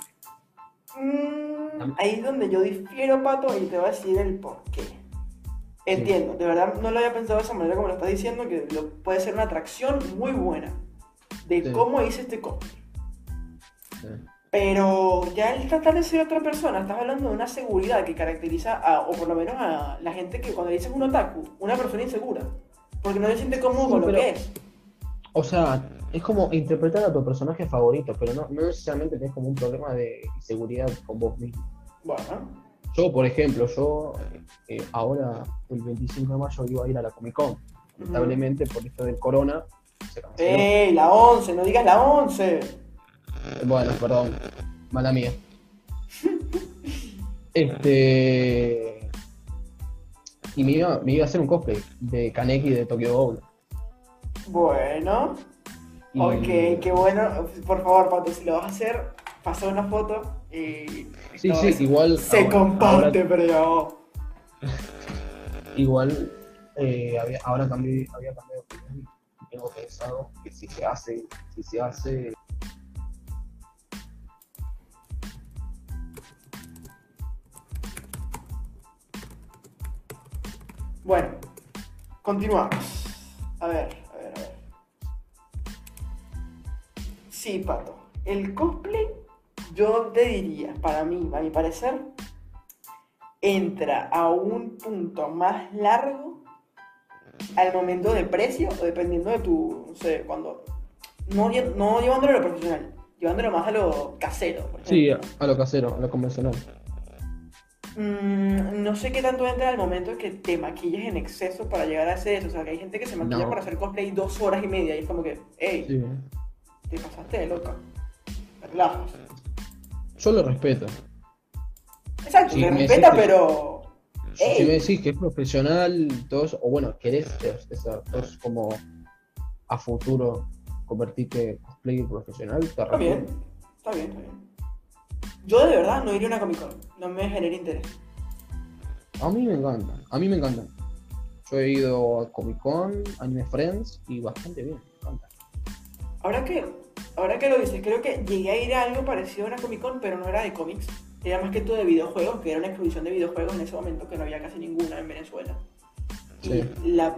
Ahí es donde yo difiero, Pato, y te voy a decir el por qué. Entiendo, de verdad no lo había pensado de esa manera como lo estás diciendo, que puede ser una atracción muy buena de Sí. cómo hice este cosplay. Sí. Pero ya el tratar de ser otra persona, estás hablando de una seguridad que caracteriza o por lo menos a la gente que cuando dices un otaku, una persona insegura, porque no se siente cómodo Sí, con lo pero- que es. O sea, es como interpretar a tu personaje favorito, pero no necesariamente tenés como un problema de inseguridad con vos mismo. Bueno, Yo, por ejemplo, ahora el 25 de mayo iba a ir a la Comic Con. Lamentablemente, por esto del corona, se canceló. ¡Ey, la 11! ¡No digas la 11! Bueno, perdón, mala mía. Y me iba a hacer un cosplay de Kaneki de Tokyo Ghoul. Bueno, Y- ok, qué bueno. Por favor, Pato, si lo vas a hacer, pasa una foto y... Sí, no, sí, eso igual. se ahora- comparte, pero yo... Igual había cambiado de opinión y tengo pensado que si se hace. Bueno, continuamos. A ver. Sí, Pato. El cosplay, yo te diría, para mí, a mi parecer, entra a un punto más largo al momento de precio o dependiendo de tu, no sé, cuando... No llevándolo a lo profesional, llevándolo más a lo casero, por Sí, ejemplo. a lo casero, a lo convencional. No sé qué tanto entra al momento de que te maquilles en exceso para llegar a hacer eso. O sea, que hay gente que se maquilla No. para hacer cosplay 2 horas y media y es como que, hey, Sí. te pasaste de loca. Te relajas. Yo lo respeto. Exacto, Sí, se me respeta, decís que- pero... Si ¡Ey! me decís que es profesional, todo eso, o bueno, querés sos como a futuro convertirte en cosplayer profesional, te Está bien, respeto. está bien. Yo de verdad no iría a una Comic Con, no me genera interés. A mí me encantan. Yo he ido a Comic Con, Anime Friends y bastante bien, me encanta. Ahora que lo dices, creo que llegué a ir a algo parecido a una Comic Con, pero no era de cómics. Era más que todo de videojuegos, que era una exposición de videojuegos en ese momento, que no había casi ninguna en Venezuela. Sí. Y la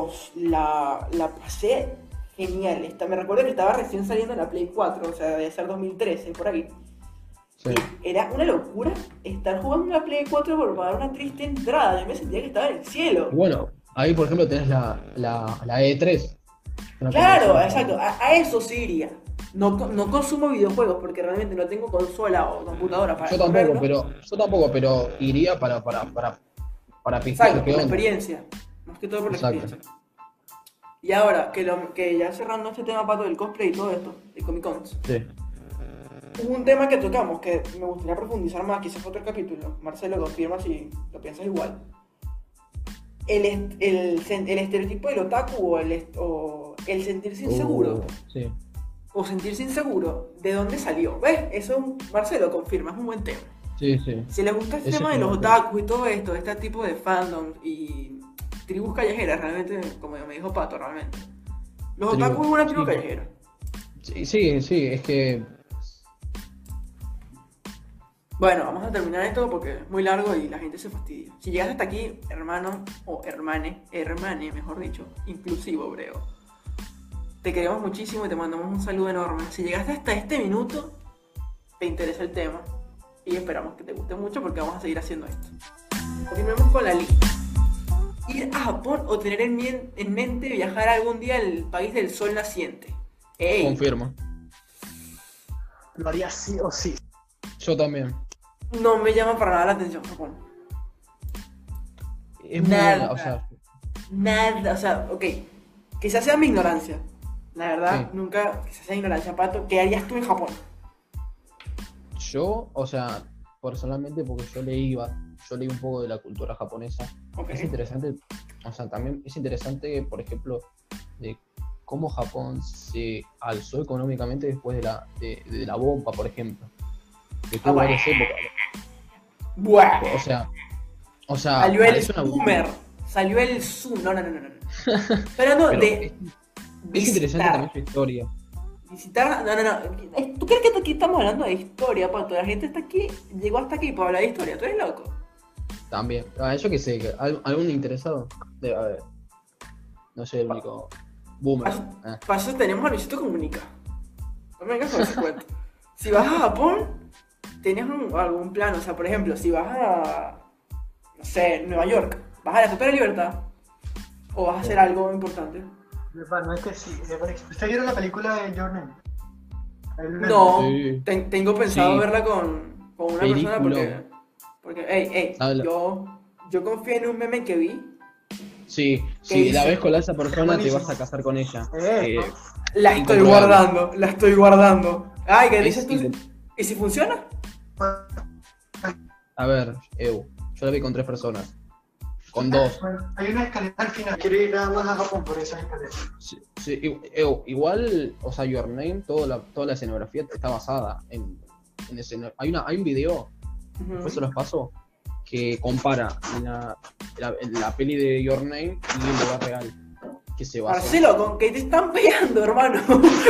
pasé genial. Me recuerdo que estaba recién saliendo la Play 4, o sea, debe ser 2013, por ahí. Sí. Era una locura estar jugando en la Play 4 por pagar una triste entrada. Yo me sentía que estaba en el cielo. Y bueno, ahí por ejemplo tenés la E3. Una Claro, convención. exacto. A eso sí iría. No consumo videojuegos porque realmente no tengo consola o computadora para Yo tampoco, correrlo. pero iría para pistear, Exacto, por ¿qué la onda? experiencia. Más que todo por la Exacto. experiencia. Y ahora, que ya cerrando este tema, Pato, del cosplay y todo esto, de Comic Cons. Sí. Hubo un tema que tocamos que me gustaría profundizar más, quizás otro capítulo. Marcelo, confirma si lo piensas igual. El estereotipo del otaku o el sentirse inseguro. Sí. O sentirse inseguro, ¿de dónde salió? ¿Ves? Eso Marcelo confirma, es un buen tema. Sí, sí. Si les gusta este Ese tema de es los un- otakus y todo esto, este tipo de fandoms y tribus callejeras, realmente, como me dijo Pato, realmente. Los Tribu, otakus es una tribu sí. callejera. Sí, es que Bueno, vamos a terminar esto porque es muy largo y la gente se fastidia. Si llegas hasta aquí, hermano o hermane, mejor dicho, inclusivo, breo. Te queremos muchísimo y te mandamos un saludo enorme. Si llegaste hasta este minuto, te interesa el tema y esperamos que te guste mucho porque vamos a seguir haciendo esto. Continuemos con la lista. Ir a Japón o tener en mente viajar algún día al país del sol naciente. ¡Ey! confirmo. Lo haría sí o sí. Yo también. No me llama para nada la atención Japón. Es muy Nada. buena, o sea, Nada, o sea, ok. Quizás sea mi ignorancia. La verdad, Sí. nunca, quizás sea ignorancia, Pato. ¿Qué harías tú en Japón? yo, o sea, personalmente porque yo leí un poco de la cultura japonesa. Ok. Es interesante, o sea, también es interesante, por ejemplo, de cómo Japón se alzó económicamente después de la bomba, por ejemplo. Que tuvo bueno. varias épocas. Buah. O sea, Salió el parece una boomer. Salió el zoom. No. Pero no, Pero de es interesante visitar. también su historia. Visitar. No. ¿Tú crees que aquí estamos hablando de historia, Pato? La gente está aquí, llegó hasta aquí para hablar de historia. ¿Tú eres loco? También. Yo qué sé, que algún interesado debe haber. No soy el único boomer. Para eso tenemos a Luisito Comunica. No me vengas con ese cuento. Si vas a Japón, tienes algún plan. O sea, por ejemplo, si vas a, no sé, Nueva York, ¿vas a la Estatua de la Libertad? ¿O vas a hacer algo importante? Bueno, es que sí. ¿Usted vieron la película de Your Name? No, Sí. tengo pensado Sí. verla con una Película. persona porque Habla. yo confío en un meme que vi. Sí, ¿Qué si la dice? ves con esa persona te Buenísimo. vas a casar con ella. La estoy Incomprobable. guardando. Ay, ¿qué Es dices tú? incom- ¿Y si funciona? A ver, yo la vi con 3 personas. Con 2. Bueno, hay una escalera al final. Quiero ir nada más a Japón por esa escalera. Sí, igual, o sea, Your Name, toda la escenografía está basada en hay un video, Ujú. después se los paso, que compara la peli de Your Name y el lugar real que se basa. Marcelo, con que te están peleando, hermano.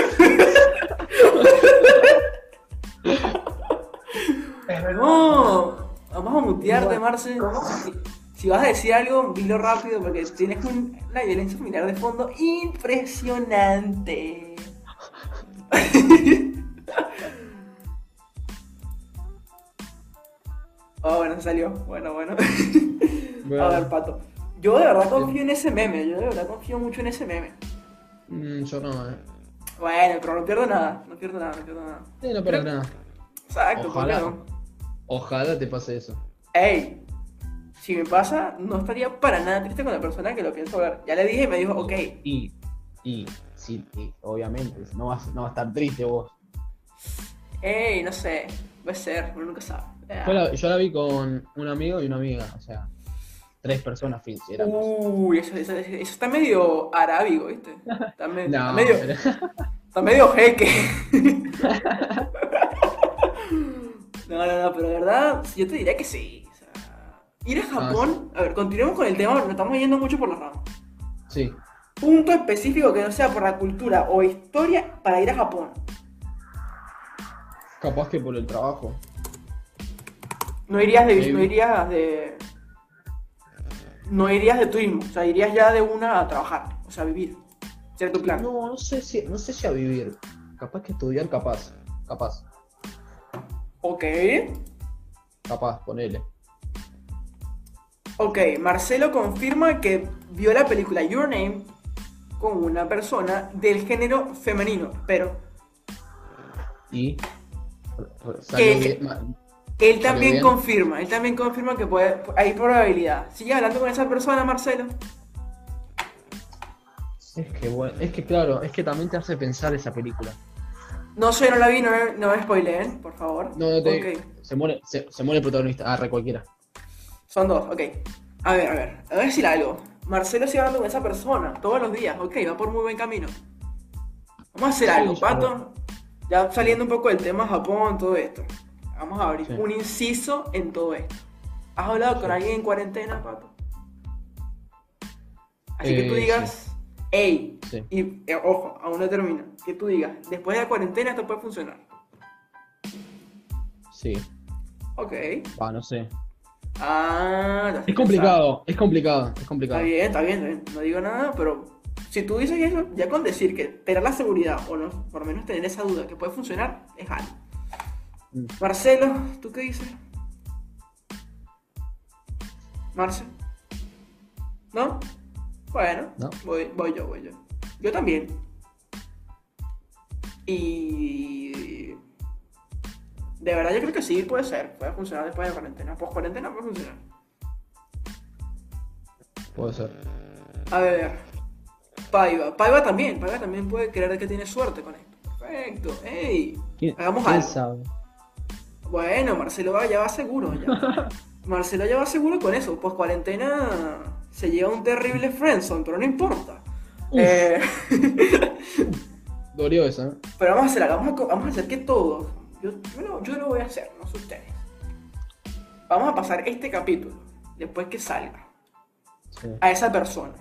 Es verdad. No, vamos a mutearte, Igual. Marce. ¿Cómo? Si vas a decir algo, dilo rápido porque tienes una violencia familiar de fondo impresionante. Oh, bueno, salió. Bueno. A ver, Pato. Yo de verdad confío en ese meme. Yo de verdad confío mucho en ese meme. Yo no, Bueno, pero no pierdo nada. No pierdo nada. Sí, no pasa nada. Exacto, ¿por qué Ojalá. no? Ojalá te pase eso. Ey, si me pasa, no estaría para nada triste con la persona que lo pienso ver. Ya le dije y me dijo, ok. Y obviamente, no vas a estar triste vos. Ey, no sé. Puede ser, uno nunca sabe. Yo la vi con un amigo y una amiga, o sea, 3 personas éramos. Uy, eso está medio arábigo, ¿viste? Está, No, pero- está medio jeque. No, pero de verdad, yo te diría que sí. O sea, ir a Japón, a ver, continuemos con el tema, nos estamos yendo mucho por las ramas. Sí. Punto específico que no sea por la cultura o historia para ir a Japón. Capaz que por el trabajo. No irías Sí. no irías de turismo, o sea, irías ya de una a trabajar, o sea, a vivir. Ser tu plan. No sé si a vivir. Capaz que estudiar, capaz. Ok. Capaz, ponele. Ok, Marcelo confirma que vio la película Your Name con una persona del género femenino, pero Y que salió él, bien. él ¿Salió también bien? confirma que hay probabilidad. ¿Sigue hablando con esa persona, Marcelo? Es que bueno, es que claro, es que también te hace pensar esa película. No sé, no la vi, no me spoileen, por favor. No te. Ok, Se muere el protagonista. Re cualquiera. son dos, ok. A ver decir algo. Marcelo sigue hablando con esa persona todos los días, ok, va por muy buen camino. Vamos a hacer Sí, algo, yo Pato. Ya saliendo un poco del tema Japón, todo esto. Vamos a abrir Sí. un inciso en todo esto. ¿Has hablado con Sí. alguien en cuarentena, Pato? Así que tú Sí. digas, hey, Sí. y ojo, aún no termina. Que tú digas, después de la cuarentena esto puede funcionar. Sí. Ok. No sé. Ah, Es complicado, es complicado. Está bien. No digo nada, pero si tú dices eso, ya con decir que tener la seguridad, o no, por lo menos tener esa duda que puede funcionar, es algo. Mm. Marcelo, ¿tú qué dices? Marce. ¿No? Bueno, No. voy yo. Yo también. Y de verdad yo creo que sí puede ser. Puede funcionar después de la cuarentena. Post cuarentena puede funcionar. Puede ser. A ver. Paiva también puede creer que tiene suerte con esto. Perfecto. Ey. Hagamos ¿Quién algo. sabe? Bueno, Marcelo ya va seguro. Ya. Marcelo ya va seguro con eso. Post cuarentena se lleva un terrible friendzone, pero no importa. Dolió eso, ¿eh? Pero vamos a hacer algo. Vamos a hacer que todos. Yo lo voy a hacer, no sé ustedes. Vamos a pasar este capítulo, después que salga, Sí. a esa persona.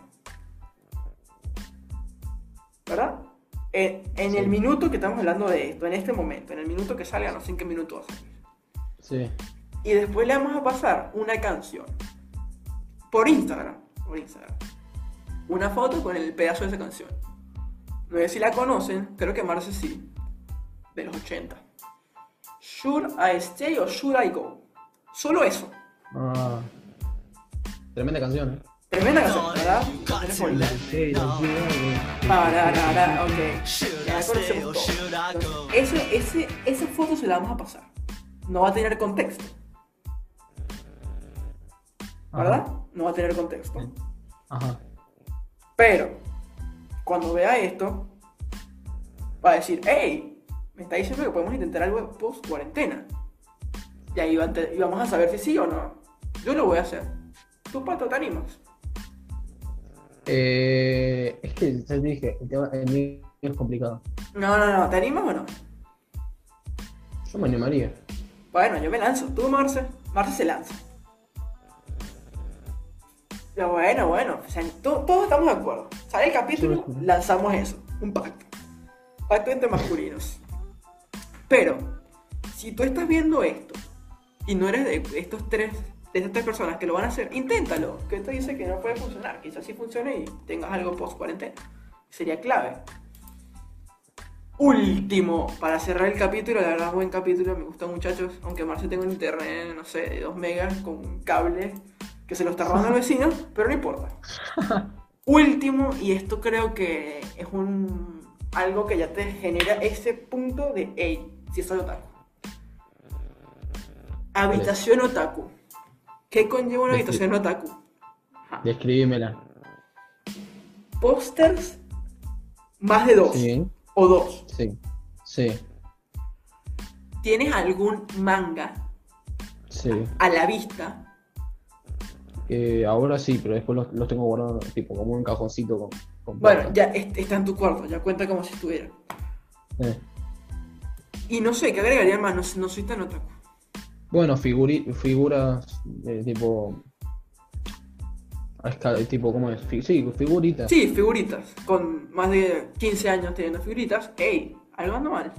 ¿Verdad? En Sí. el minuto que estamos hablando de esto, en este momento, en el minuto que salga, no sé en qué minuto va a salir. Sí. Y después le vamos a pasar una canción por Instagram. Una foto con el pedazo de esa canción. No sé si la conocen, creo que Marce sí. De los 80. Should I stay or should I go? Solo eso. Tremenda canción, ¿eh? Tremenda canción, ¿verdad? Canciones bonitas. Ok. Ya la conocemos todos. Entonces, esa foto se la vamos a pasar. No va a tener contexto. ¿Verdad? No va a tener contexto. Ajá. Pero, cuando vea esto, va a decir, hey, me está diciendo que podemos intentar algo post cuarentena. Y ahí vamos a saber si sí o no. Yo lo voy a hacer. ¿Tú, Pato, te animas? Es que ya te dije, el mío es complicado. No, ¿te animas o no? Yo me animaría. Bueno, yo me lanzo. ¿Tú, Marce? Marce se lanza. Ya, bueno. O sea, todos estamos de acuerdo. Sale el capítulo, lanzamos eso. Un pacto. Pacto entre masculinos. Pero, si tú estás viendo esto y no eres de estas tres personas que lo van a hacer, inténtalo. Que te dice que no puede funcionar. Quizás sí funcione y tengas algo post cuarentena. Sería clave. Último, para cerrar el capítulo, la verdad, buen capítulo, me gustó, muchachos. Aunque Marce tenga un internet, no sé, de 2 megas con un cable que se lo está robando al vecino, pero no importa. Último, y esto creo que es algo que ya te genera ese punto de, hey, si soy otaku. Habitación otaku. ¿Qué conlleva una habitación otaku? Describímela. Pósters, más de 2. Sí. O 2. Sí. ¿Tienes algún manga Sí. a la vista? Ahora sí, pero después los tengo guardados tipo como un cajoncito con Bueno, plata. ya está en tu cuarto, ya cuenta como si estuviera. Y no sé, ¿qué agregaría más? No soy tan otaku. Bueno, figuras de tipo. Tipo, ¿cómo es? Sí, figuritas. Sí, figuritas. Con más de 15 años teniendo figuritas. ¡Ey! Algo anda mal.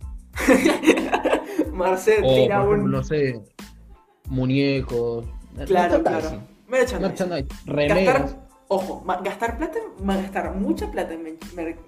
Marcel O, tira por ejemplo, un... no sé, muñecos. Claro. Merchandising. Merchandising. Remeras. Gastar mucha plata en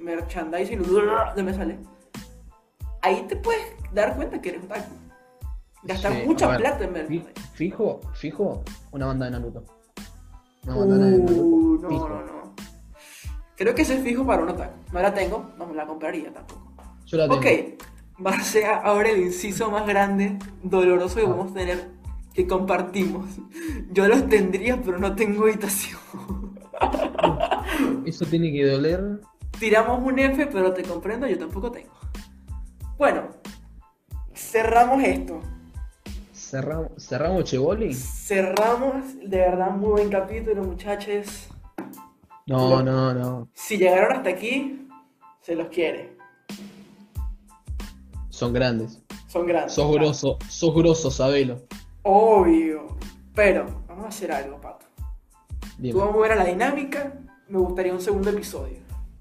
merchandising. No me sale. Ahí te puedes dar cuenta que eres otaku. Gastar Sí, mucha a ver, plata en ver. Fijo, una banda de Naruto. Una bandana de Naruto. No, Fijo. no. Creo que ese es fijo para un otaku. No la tengo, no me la compraría tampoco. Yo la tengo. Ok, va a ser ahora el inciso más grande, doloroso que vamos a tener, que compartimos. Yo los tendría, pero no tengo habitación. Eso tiene que doler. Tiramos un F, pero te comprendo, yo tampoco tengo. Bueno, cerramos esto. Cerramos Cheboli. Cerramos, de verdad, muy buen capítulo, muchachos. No. Si llegaron hasta aquí, se los quiere. Son grandes. Son grandes. Sos grosso, sabelo. Obvio. Pero, vamos a hacer algo, Pato. Dime. Tú vamos a ver a la dinámica. Me gustaría un segundo episodio.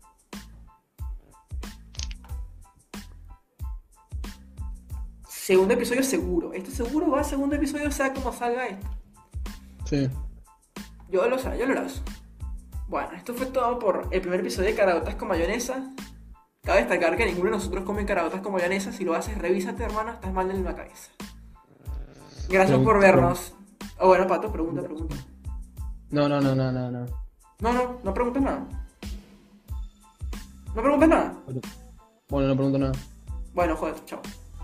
Segundo episodio seguro. Este seguro va a segundo episodio, sea como salga esto. Sí. Yo lo lanzo. Bueno, esto fue todo por el primer episodio de Caraotas con Mayonesa. Cabe destacar que ninguno de nosotros come caraotas con mayonesa. Si lo haces, revísate, hermano, estás mal en la cabeza. Gracias por vernos. Oh, bueno, Pato, pregunta. No. No preguntes nada. ¿No preguntes nada? Bueno, no pregunto nada. Bueno, joder, chao.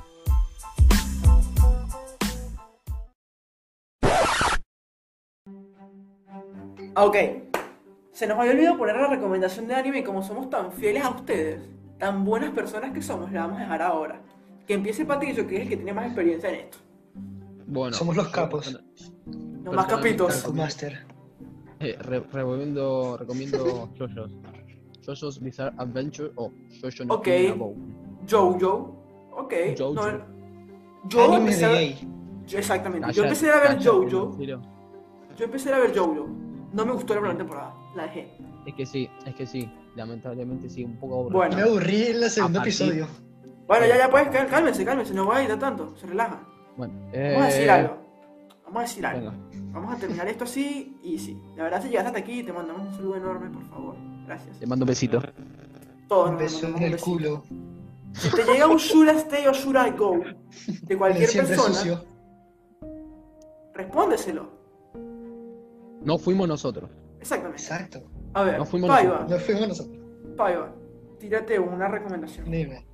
Ok. Se nos había olvidado poner la recomendación de anime y como somos tan fieles a ustedes, tan buenas personas que somos, la vamos a dejar ahora. Que empiece Patricio, que es el que tiene más experiencia en esto. Bueno. Somos los capos. No más capitos. Taco Master. Recomiendo JoJo's. JoJo's Bizarre Adventure o JoJo no Ok. Kinabo. Jojo. Ok. Jojo. No, yo Anime empecé de a ver... gay. Exactamente. Yo empecé a ver Cállate, Jojo. ¿en serio? Yo empecé a ver Jojo. No me gustó la primera temporada. La dejé. Es que sí. Lamentablemente sí, un poco aburrido. Bueno. Me aburrí en el segundo A partir- episodio. Bueno, ya pues, cálmense. No voy a editar tanto. Se relaja. Bueno, Vamos a decir algo. Venga. Vamos a terminar esto así y sí. La verdad, si llegaste hasta aquí, te mandamos un saludo enorme, por favor. Gracias. Te mando un besito. Todos Un nos beso en mandamos un el besito. culo. Si te llega un should I stay o should I go de cualquier Siempre persona, sucio. respóndeselo. No fuimos nosotros. Exactamente. Exacto. A ver, No fuimos Paiva, No fuimos nosotros. tírate una recomendación. Dime.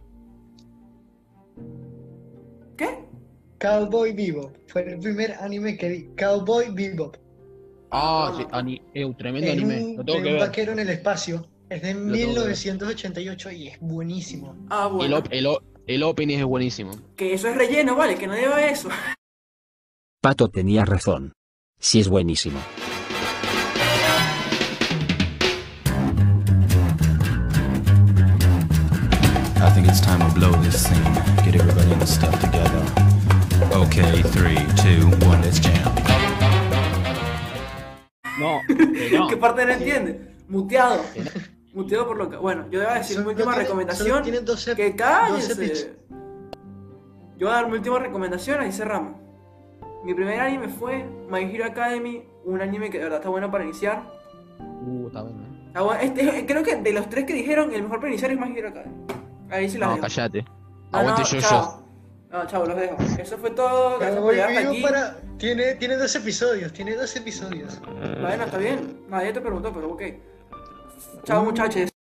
¿Qué? Cowboy Bebop. Fue el primer anime que vi. Cowboy Bebop. Sí, tremendo Es anime. un, Lo tengo de que un ver. vaquero en el espacio. Es de tengo que ver. 1988 y es buenísimo. Ah, bueno. El opening es buenísimo. Que eso es relleno, vale, que no lleva eso. Pato tenía razón. Sí es buenísimo. I think it's time to blow this scene. Get everybody in the stuff together. Okay, 3, 2, 1, let's jam. No, que no. ¿Qué parte no entiende? Muteado. Muteado por loca. Bueno, yo voy a decir mi última recomendación. Solo tiene 12 Que 12 cállense. bits. Yo voy a dar mi última recomendación, ahí cerramos. Mi primer anime fue My Hero Academy, un anime que de verdad está bueno para iniciar. Está bueno. Está bueno. Creo que de los tres que dijeron, el mejor para iniciar es My Hero Academy. Ahí sí las No, dejo. cállate. No, Aguante no, yo. chao. No, chao, los dejo. Eso fue todo. Gracias por Cowboy llegar hasta Bebop aquí. tiene 2 episodios. Tiene 2 episodios. Bueno, está bien. Nadie te preguntó, pero ok. Chao, muchachos.